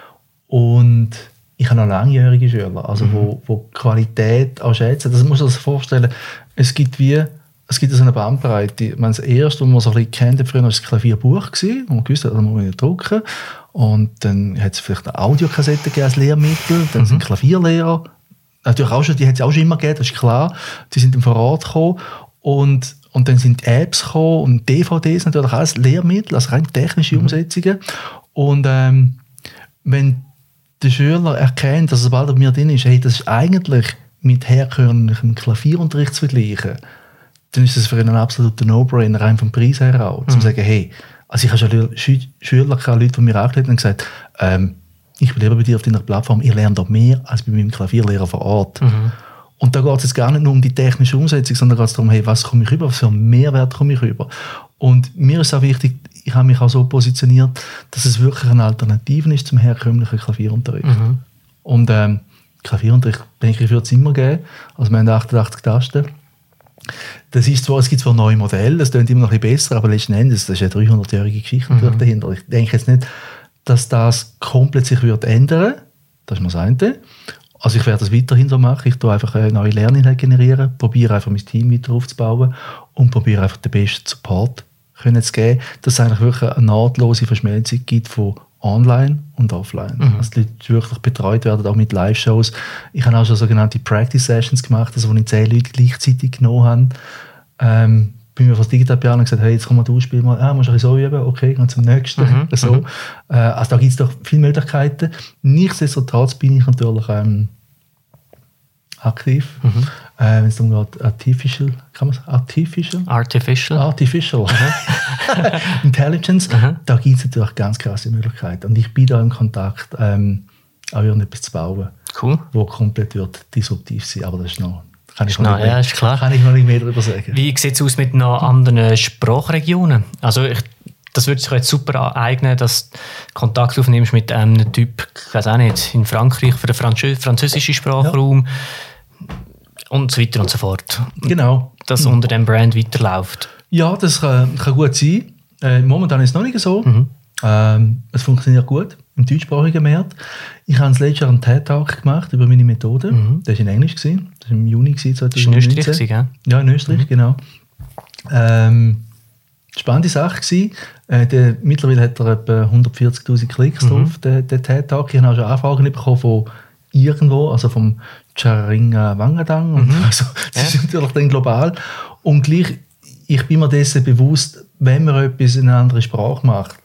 Und ich habe noch langjährige Schüler, also wo Qualität auch schätzen. Das muss man sich vorstellen. Es gibt so eine Bandbreite. Das erste, was man so ein bisschen kennt, früher war das Klavierbuch, wo man gewusst hat, da muss man drucken. Und dann hat es vielleicht eine Audiokassette gegeben als Lehrmittel. Dann sind Klavierlehrer. Natürlich auch schon, die hat es auch schon immer gegeben, das ist klar. Die sind im Vorrat gekommen. Und dann sind Apps gekommen und DVDs natürlich auch als Lehrmittel, also rein technische Umsetzungen. Und wenn der Schüler erkennt, dass sobald er bei mir drin ist, hey, das ist eigentlich mit herkömmlichem Klavierunterricht zu vergleichen, dann ist das für ihn ein absoluter No-Brainer, rein vom Preis her auch. Zu sagen, hey, also ich habe schon Schüler, Leute, die mir angerufen und gesagt, ich bin lieber bei dir auf deiner Plattform, ich lerne dort mehr als bei meinem Klavierlehrer vor Ort. Und da geht es jetzt gar nicht nur um die technische Umsetzung, sondern geht es darum, hey, was komme ich rüber, was für einen Mehrwert komme ich rüber. Und mir ist auch wichtig, ich habe mich auch so positioniert, dass es wirklich eine Alternative ist zum herkömmlichen Klavierunterricht. Und Klavierunterricht, denke ich, wird es immer geben. Also wir haben 88 Tasten. Das ist zwar, es gibt zwar neue Modelle, das klingt immer noch ein bisschen besser, aber letzten Endes, das ist eine 300-jährige Geschichte dahinter. Ich denke jetzt nicht, dass das komplett sich wird ändern. Das ist mal das eine. Also ich werde das weiterhin so machen. Ich tue einfach neue Lerninhalte generieren, probiere einfach mein Team weiter aufzubauen und probiere einfach den besten Support zu geben, dass es eigentlich wirklich eine nahtlose Verschmelzung gibt von Online und Offline. Also die Leute wirklich betreut werden, auch mit Live-Shows. Ich habe auch schon sogenannte Practice-Sessions gemacht, also wo ich 10 Leute gleichzeitig genommen habe. Bin mir von Digital Piano gesagt, hey, jetzt komm mal, du spiel mal, musst du ein bisschen so üben, okay, gehen zum nächsten. So. Also da gibt es doch viele Möglichkeiten. Nichtsdestotrotz bin ich natürlich aktiv. Wenn es darum geht, Artificial Intelligence, da gibt es natürlich ganz krasse Möglichkeiten. Und ich bin da im Kontakt, auch etwas zu bauen, wo komplett wird disruptiv sein. Aber das ist noch... Kann ich noch nicht mehr darüber sagen. Wie sieht es aus mit noch anderen Sprachregionen? Also das würde sich jetzt super eignen, dass du Kontakt aufnimmst mit einem Typ, ich weiß auch nicht, in Frankreich für den französischen Sprachraum und so weiter und so fort. Genau. Dass unter dem Brand weiterläuft. Ja, das kann gut sein. Momentan ist es noch nicht so. Es funktioniert gut im deutschsprachigen Markt. Ich habe letztes Jahr einen TED-Talk gemacht über meine Methode. Der war in Englisch. Das war im Juni 2019. Das war in Österreich, gell? Ja, in Österreich, genau. Spannende Sache gewesen. Mittlerweile hat er etwa 140'000 Klicks drauf, der TED-Talk. Ich habe auch schon Anfragen bekommen von irgendwo, also vom Charinga Wangadang. Und also, das ist natürlich dann global. Und gleich, ich bin mir dessen bewusst, wenn man etwas in einer anderen Sprache macht,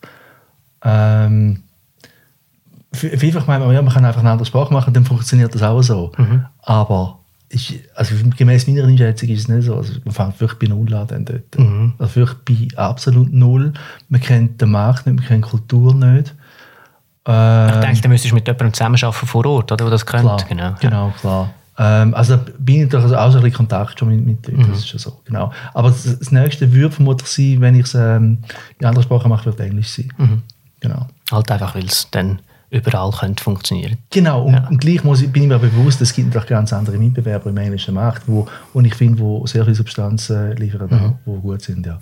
vielfach meint man, ja, man kann einfach eine andere Sprache machen, dann funktioniert das auch so. Aber also gemäß meiner Einschätzung ist es nicht so. Also man fängt wirklich bei Null an dann dort. Also wirklich bei absolut Null. Man kennt den Markt nicht, man kennt die Kultur nicht. Ich denke, dann müsstest du mit jemandem zusammenarbeiten vor Ort, oder, der das kennt. Genau, klar. Also da bin ich doch also auch so ein bisschen Kontakt schon mit Leuten, das ist schon so, genau. Aber das Nächste würde vermutlich sein, wenn ich es in anderer Sprache mache, wird Englisch sein. Genau. Halt einfach, weil es dann überall könnte funktionieren. Genau, und gleich bin ich mir bewusst, es gibt natürlich ganz andere Mitbewerber im englischen Markt, wo ich finde, wo sehr viel Substanz liefern, die gut sind, ja.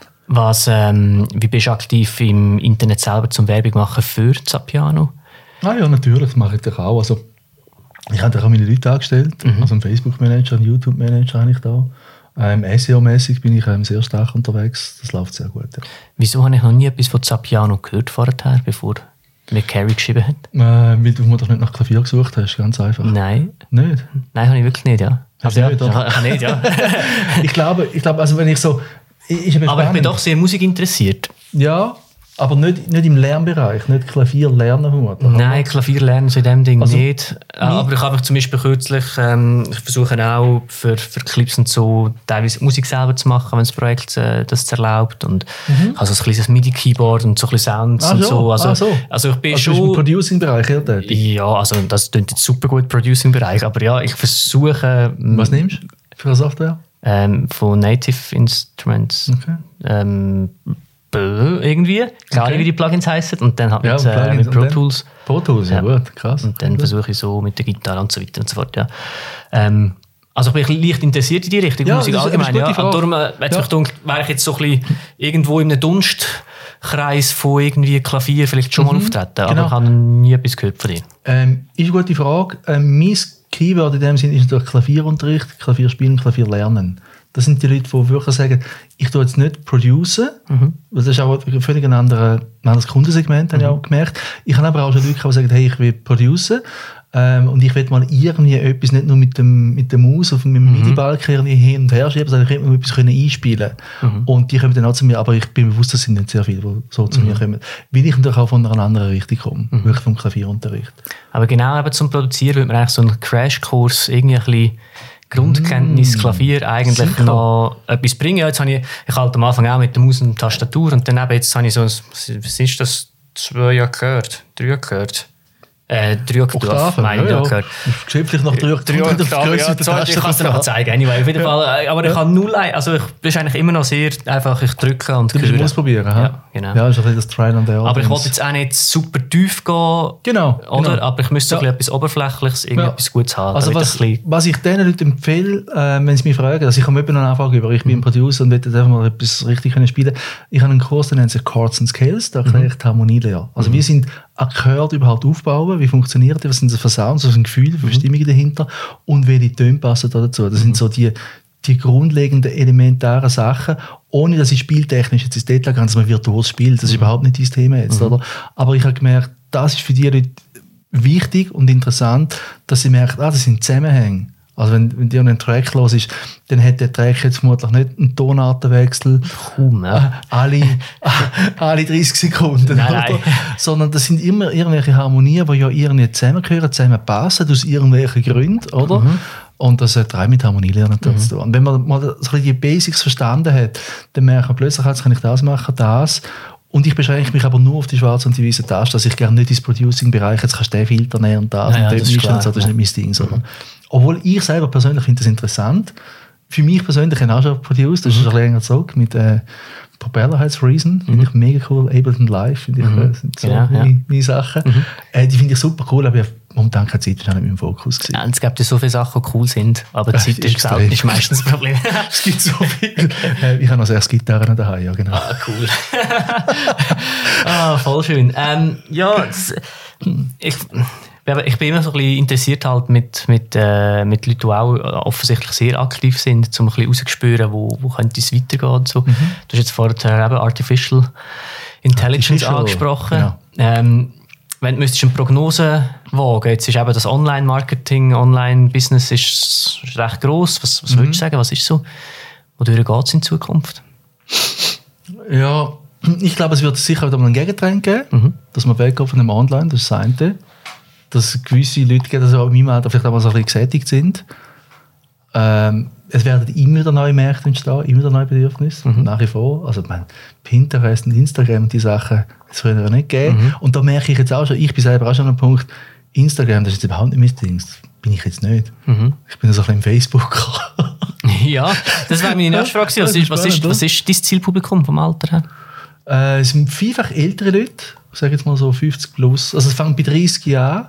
Wie bist du aktiv im Internet selber zum Werbung machen für Zappiano? Ja, natürlich, das mache ich auch. Also, ich habe auch meine Leute angestellt, also einen Facebook-Manager, einen YouTube-Manager habe ich da. SEO-mäßig bin ich sehr stark unterwegs, das läuft sehr gut. Ja. Wieso habe ich noch nie etwas von Zappiano gehört vorher, bevor mir Carrie geschrieben hat? Weil du doch nicht nach Klavier gesucht hast, ganz einfach. Nein. Nicht? Nein, habe ich wirklich nicht, ja. Also ja, nicht, ja. ich glaube, also wenn ich so... Aber ich bin doch sehr musikinteressiert. Ja, aber nicht im Lernbereich, nicht Klavier lernen vermutlich. Nein, Klavier lernen so in dem Ding also, nicht. Aber ich habe mich zum Beispiel kürzlich, ich versuche auch für Clips und so teilweise Musik selber zu machen, wenn das Projekt das erlaubt. Und ich habe so ein kleines MIDI-Keyboard und so ein bisschen Sounds und so. Also ich bin schon... im Producing-Bereich, ja? Ja, also das klingt jetzt super gut, Producing-Bereich. Aber ja, ich versuche... Was nimmst du für eine Software? Von Native Instruments. Okay. Irgendwie. Klar, wie die Plugins heißen. Und dann halt mit Pro Tools. Pro Tools, ja gut, krass. Und dann versuche ich so mit der Gitarre und so weiter und so fort, ja. Also ich bin leicht interessiert in die Richtung, Musik allgemein. Ja. Und darum wäre ich jetzt so ein bisschen irgendwo in einem Dunstkreis von irgendwie Klavier vielleicht schon mal auftreten. Genau. Aber ich habe nie etwas gehört von dir. Ist eine gute Frage. Mein Keyword in dem Sinne ist natürlich Klavierunterricht, Klavierspielen, Klavierlernen. Das sind die Leute, die wirklich sagen, ich tue jetzt nicht producen, das ist auch ein völlig anderes Kundensegment, habe ich auch gemerkt. Ich habe aber auch schon Leute, die sagen, hey, ich will producen, und ich will mal irgendwie etwas nicht nur mit der Maus auf dem MIDI-Balken hin und her schieben, sondern ich will mal etwas einspielen können. Und die kommen dann auch zu mir, aber ich bin bewusst, dass sind nicht sehr viele, die so zu mir kommen. Weil ich natürlich auch von einer anderen Richtung komme, wirklich vom Klavierunterricht. Aber genau eben zum Produzieren würde man eigentlich so einen Crashkurs irgendwie ein bisschen Grundkenntnis Klavier eigentlich sicher noch etwas bringen. Jetzt habe ich halt am Anfang auch mit der Maus und Tastatur und dann eben jetzt habe ich so, was ist das, 2 gehört, 3 gehört. 3 Oktaven, meine ich, gehört. Geschäftlich nach 3 Oktaven. Ich kann es dir noch zeigen. Anyway, auf jeden Fall, aber ich habe null, also das ist eigentlich immer noch sehr einfach, ich drücke und höre. Du musst ausprobieren, ja, genau. Ja, ist ein bisschen das Trial and Error. Aber ich wollte jetzt auch nicht super tief gehen, genau, oder? Genau. Aber ich müsste etwas Oberflächliches, etwas Gutes haben. Also was ich den Leuten empfehle, wenn sie mich fragen, also ich habe immer eine Anfrage über, ich bin Producer und will jetzt einfach mal etwas richtig spielen können. Ich habe einen Kurs, der nennt sich Chords and Scales, da erkläre ich die Harmonielehre. Also wir sind Akkorde überhaupt aufbauen, wie funktioniert das, was sind das für Sounds, was sind Gefühle, wie viele Stimmungen dahinter und welche Töne passen da dazu. Das sind so die grundlegenden, elementaren Sachen, ohne dass ich spieltechnisch jetzt ins Detail kann, dass man virtuos spielt. Das ist überhaupt nicht dein Thema jetzt, oder? Aber ich habe gemerkt, das ist für die Leute wichtig und interessant, dass sie merken, das sind Zusammenhänge. Also wenn dir ein Track los ist, dann hat der Track jetzt vermutlich nicht einen Tonartenwechsel alle 30 Sekunden, nein. Sondern das sind immer irgendwelche Harmonien, die ja irgendwie zusammengehören, zusammenpassen, aus irgendwelchen Gründen, oder? Und das hat auch mit Harmonie lernen zu tun. Und wenn man mal so ein bisschen die Basics verstanden hat, dann merkt man plötzlich, jetzt kann ich das machen, das. Und ich beschränke mich aber nur auf die schwarze und die weiße Taste, dass ich gerne nicht ins Producing-Bereich, jetzt kannst du den Filter nehmen und das und das ist klar, so, das ist nicht mein Ding. Sondern, obwohl ich selber persönlich finde das interessant. Für mich persönlich habe ich auch schon produced, das ist schon länger zurück, mit Propeller heißt Reason, finde ich mega cool, Ableton Live, finde ich, sind so meine Sachen. Die finde ich super cool, aber momentan keine Zeit, das war nicht mein Fokus. Ja, es gibt ja so viele Sachen, die cool sind, aber die Zeit ist meistens das Problem. Es gibt so viel. Ich habe noch 6 Gitarren daheim, ja genau. Ah, cool. Voll schön. Ich bin immer so ein bisschen interessiert halt mit Leuten, die auch offensichtlich sehr aktiv sind, um ein bisschen rauszuspüren, wo könnte es weitergehen und so. Du hast jetzt vorher eben Artificial Intelligence angesprochen. Genau. Wenn du müsstest eine Prognose wagen, jetzt ist eben das Online-Marketing, Online-Business ist recht gross. Was würdest du sagen? Was ist so? Wodurch geht es in Zukunft? Ja, ich glaube, es wird sicher wieder mal einen Gegentrend geben, dass man weggeht von dem Online, das ist das eine. Dass gewisse Leute, die also in meinem Alter vielleicht auch mal so ein bisschen gesättigt sind. Es werden immer wieder neue Märkte entstehen, immer wieder neue Bedürfnisse, nach wie vor. Also Pinterest und Instagram und die Sachen, das früher ja nicht gegeben. Und da merke ich jetzt auch schon, ich bin selber auch schon an einem Punkt, Instagram, das ist jetzt überhaupt nicht mein Ding, das bin ich jetzt nicht. Ich bin so ein bisschen Facebooker. Ja, das wäre meine nächste Frage. Was ist dein Zielpublikum vom Alter her? Es sind vielfach ältere Leute, ich sage jetzt mal so 50 plus. Also es fängt bei 30 Jahren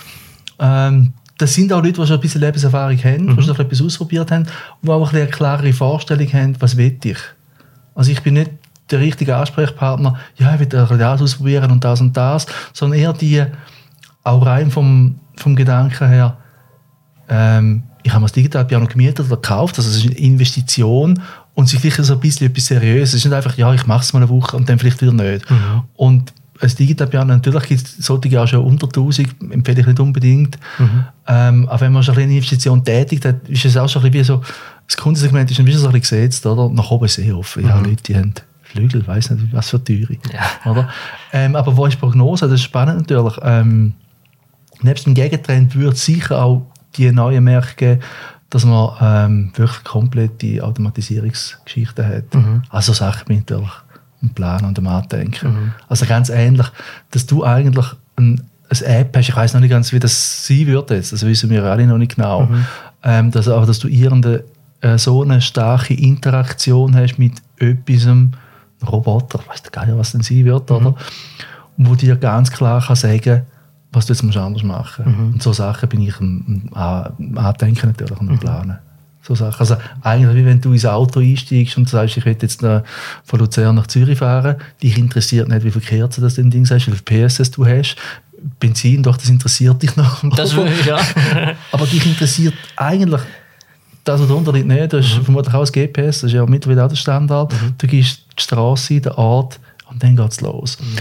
an. Das sind auch Leute, die schon ein bisschen Lebenserfahrung haben, die schon etwas ausprobiert haben, die auch eine klare Vorstellung haben, was will ich. Also ich bin nicht der richtige Ansprechpartner, ja, ich will das ausprobieren und das, sondern eher die, auch rein vom Gedanken her, ich habe mir das Digitalpiano gemietet oder gekauft, also es ist eine Investition und sich sicher so ein bisschen etwas Seriöses. Es ist nicht einfach, ja, ich mache es mal eine Woche und dann vielleicht wieder nicht. Und ein Digitalpiano, natürlich gibt es solche auch schon unter 1000, empfehle ich nicht unbedingt. Aber wenn man schon eine Investition tätigt, dann ist es auch schon ein bisschen wie so, das Kundensegment ist ein bisschen so ein bisschen gesetzt, oder? Nach oben sehr offen. Ja, Leute, die haben Flügel, ich weiss nicht, was für teure. Ja. Oder? Aber wo ist Prognose? Das ist spannend natürlich. Nebst dem Gegentrend würde es sicher auch die neuen Märkte geben, dass man wirklich komplette Automatisierungsgeschichten hat. Also Sachen bin ich natürlich am Planen und am Andenken. Also ganz ähnlich, dass du eigentlich eine App hast, ich weiss noch nicht ganz, wie das sein wird jetzt, das wissen wir alle noch nicht genau, aber dass du irgendeine so eine starke Interaktion hast mit etwas, einem Roboter, ich weiss gar nicht, was denn sein wird, oder? Wo dir ganz klar kann sagen, was du jetzt anders machen musst. Und so Sachen bin ich am Andenken natürlich und am Planen. So Sachen. Also eigentlich wie wenn du ins Auto einsteigst und sagst, ich will jetzt von Luzern nach Zürich fahren, dich interessiert nicht, wie viel Kerzen das Ding hast, wie viel PSS du hast. Benzin, doch, das interessiert dich noch. Das ja. Aber dich interessiert eigentlich das, was darunter liegt, nicht. Das ist vermutlich auch das GPS, das ist ja mittlerweile auch der Standard. Du gehst die Straße, den Ort und dann geht es los.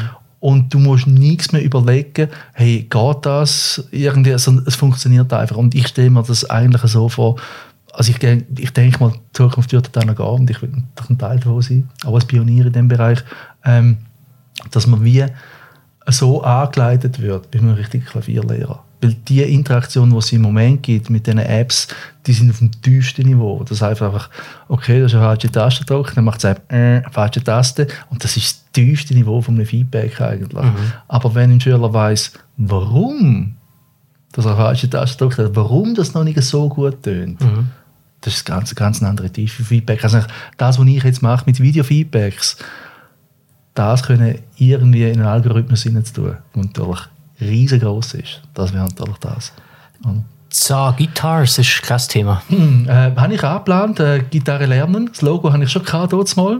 und du musst nichts mehr überlegen, hey, geht das irgendwie, also, es funktioniert einfach. Und ich stelle mir das eigentlich so vor, also ich denke mal, die Zukunft wird dann noch gehen und ich will doch ein Teil davon sein, auch als Pionier in diesem Bereich, dass man wie so angeleitet wird bei einem richtigen Klavierlehrer. Weil die Interaktion, die es im Moment gibt mit diesen Apps, die sind auf dem tiefsten Niveau. Das heißt einfach, okay, das ist eine falsche Taste drücken, dann macht es einfach falsche Taste und das ist das tiefste Niveau von einem Feedback eigentlich. Aber wenn ein Schüler weiss, warum dass er eine falsche Taste drückt, warum das noch nicht so gut tönt, das ist ganz eine andere Tiefe Feedback. Also das, was ich jetzt mache mit Video-Feedbacks, das können irgendwie in einen Algorithmus hineinzutun, der natürlich riesengroß ist. Das wäre natürlich das. Guitars ist kein Thema. Habe ich angeplant, Gitarre lernen. Das Logo habe ich schon gehabt, dort mal.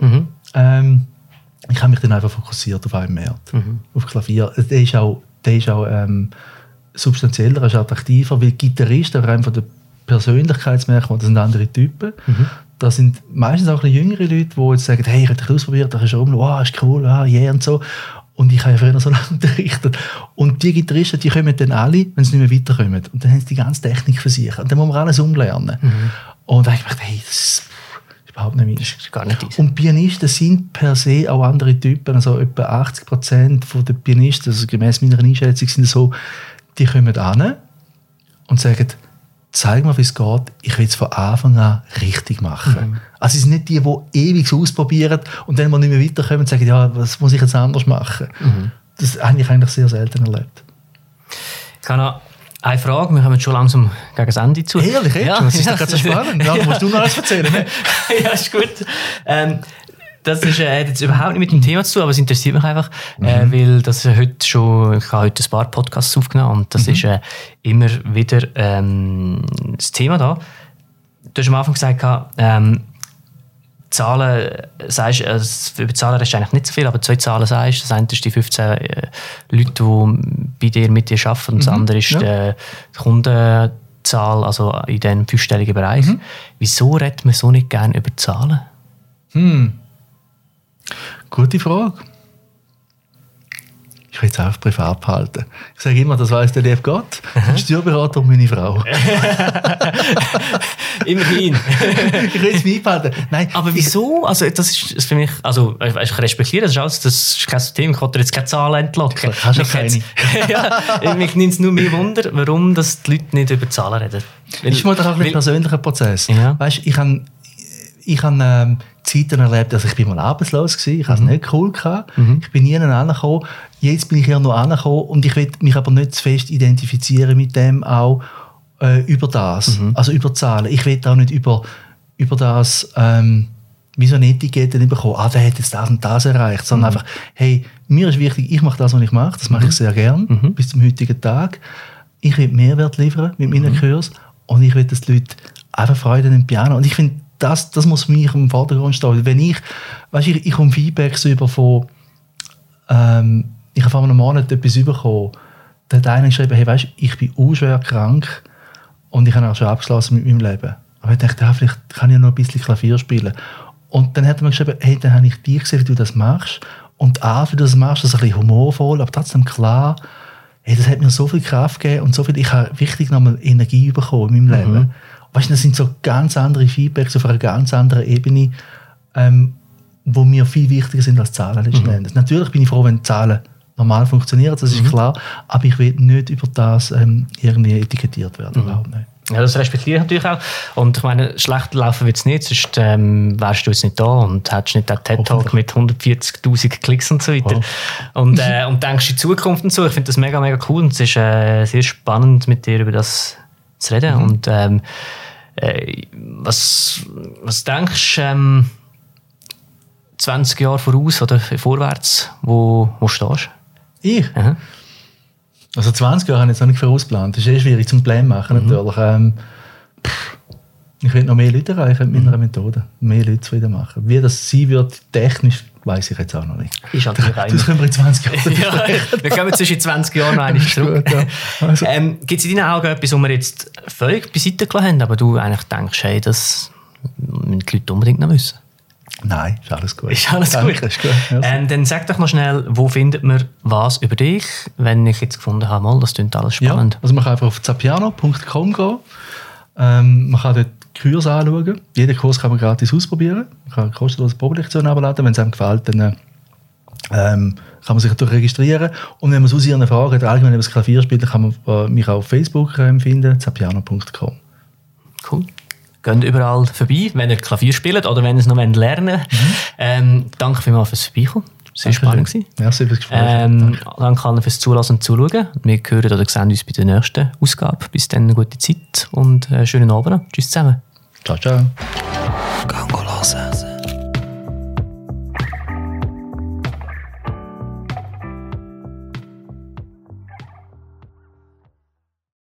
Ich habe mich dann einfach fokussiert auf einen Markt, auf Klavier. Der ist auch substanzieller, ist attraktiver, weil Gitarristen rein von der Persönlichkeitsmerkmalen, das sind andere Typen. Das sind meistens auch ein bisschen jüngere Leute, die jetzt sagen, hey, ich habe das ausprobiert, da ist rum, wow, ist cool, yeah und so. Und ich habe ja früher so lange unterrichtet. Und die Gitarristen, die kommen dann alle, wenn sie nicht mehr weiterkommen. Und dann haben sie die ganze Technik für sich. Und dann muss man alles umlernen. Und da habe ich gedacht, hey, das ist überhaupt nicht meins. Das ist gar nicht easy. Und Pianisten sind per se auch andere Typen. Also etwa 80% der Pianisten, also gemäß meiner Einschätzung, sind so, die kommen an und sagen, zeig mir, wie es geht, ich will es von Anfang an richtig machen. Also es sind nicht die ewig ausprobieren und dann mal nicht mehr weiterkommen und sagen, ja, was muss ich jetzt anders machen? Das habe ich eigentlich sehr selten erlebt. Ich habe noch eine Frage, wir kommen schon langsam gegen das Ende zu. Ehrlich, ja, das ist doch gerade so spannend. Ja, musst du noch alles erzählen. Ne? Ja, ist gut. Das ist, hat jetzt überhaupt nicht mit dem Thema zu tun, aber es interessiert mich einfach, weil das heute schon, ich habe heute ein paar Podcasts aufgenommen und das ist immer wieder das Thema da. Du hast am Anfang gesagt, Zahlen, sagst, über Zahlen redest du eigentlich nicht so viel, aber 2 Zahlen sagst. Das eine ist die 15 Leute, die mit dir arbeiten und das andere ist die Kundenzahl, also in diesem 5-stelligen Bereich. Wieso redet man so nicht gerne über Zahlen? Gute Frage. Ich will es einfach privat behalten. Ich sage immer, das weiss der liebe Gott, der Steuerberater und meine Frau. Immerhin. Ich will es mir behalten. Nein, aber wieso? Also, das ist für mich, also, ich respektiere das, das ist kein Thema, ich kann dir jetzt keine Zahlen entlocken. Hast du keine? Ja, mich nimmt es nur mehr Wunder, warum das die Leute nicht über Zahlen reden. Das ist mal doch ein persönlicher Prozess. Ja. Weißt, ich habe Zeiten erlebt, also ich bin mal arbeitslos gewesen, ich hatte es nicht cool gehabt, ich bin nie angekommen, jetzt bin ich hier noch angekommen und ich will mich aber nicht zu fest identifizieren mit dem auch über das, also über Zahlen. Ich will auch nicht über das wie so eine Etikette bekommen, der hat jetzt das und das erreicht, sondern einfach, hey, mir ist wichtig, ich mache das, was ich mache, das mache ich sehr gern, bis zum heutigen Tag. Ich will Mehrwert liefern mit meinen Kursen und ich will, dass die Leute einfach Freude an dem Piano, und ich finde, das muss für mich im Vordergrund stehen. Wenn ich komme Feedbacks über von, ich habe vor einem Monat etwas bekommen, da hat einer geschrieben, hey, weißt, ich bin schwer krank und ich habe auch schon abgeschlossen mit meinem Leben. Aber ich dachte, vielleicht kann ich noch ein bisschen Klavier spielen. Und dann hat er mir geschrieben, hey, dann habe ich dich gesehen, wie du das machst. Und wie du das machst, das ist ein bisschen humorvoll, aber trotzdem klar, hey, das hat mir so viel Kraft gegeben und so viel, ich habe richtig nochmal Energie bekommen in meinem Leben. Weißt du, das sind so ganz andere Feedbacks auf einer ganz anderen Ebene, wo mir viel wichtiger sind als Zahlen letzten Endes. Natürlich bin ich froh, wenn Zahlen normal funktionieren, das ist klar, aber ich will nicht über das irgendwie etikettiert werden, überhaupt nicht. Ja, das respektiere ich natürlich auch. Und ich meine, schlecht laufen wird es nicht, sonst wärst du jetzt nicht da und hättest nicht den TED-Talk mit 140'000 Klicks und so weiter. Und denkst in die Zukunft und so. Ich finde das mega, mega cool und es ist sehr spannend, mit dir über das zu reden. Und was denkst du 20 Jahre voraus oder vorwärts, wo stehst du? Ich? Also 20 Jahre habe ich jetzt noch nicht vorausgeplant. Das ist schwierig zum Plan machen natürlich. Ich will noch mehr Leute erreichen mit meiner Methode. Mehr Leute zufrieden machen. Wie das sein wird, technisch, weiss ich jetzt auch noch nicht. Ist das können wir in 20 Jahren ja, wir kommen zwischen 20 Jahren noch einmal zurück. Gut, ja. Also. Gibt es in deinen Augen etwas, was wir jetzt völlig beiseite gelassen haben, aber du eigentlich denkst, hey, das müssen die Leute unbedingt noch wissen? Nein, ist alles gut. Ist alles Danke, gut. ist gut. Dann sag doch noch schnell, wo findet man was über dich, wenn ich jetzt gefunden habe, mal, das klingt alles spannend. Ja, also man kann einfach auf zapiano.com gehen. Man kann dort Kurse anschauen. Jeden Kurs kann man gratis ausprobieren. Man kann eine kostenlose Probelektion abladen. Wenn es einem gefällt, dann kann man sich natürlich registrieren. Und wenn man sonst Ihren Fragen hat, allgemein über das Klavier spielt, dann kann man mich auch auf Facebook finden, zapiano.com. Cool. Geht überall vorbei, wenn ihr Klavier spielt oder wenn ihr es noch lernen wollt. Danke vielmals fürs Vorbeikommen. Sehr spannend gewesen. Merci fürs Gespräch. Danke allen fürs Zulassen und Zuschauen. Wir hören oder sehen uns bei der nächsten Ausgabe. Bis dann eine gute Zeit und schönen Abend. Tschüss zusammen. Ciao, ciao.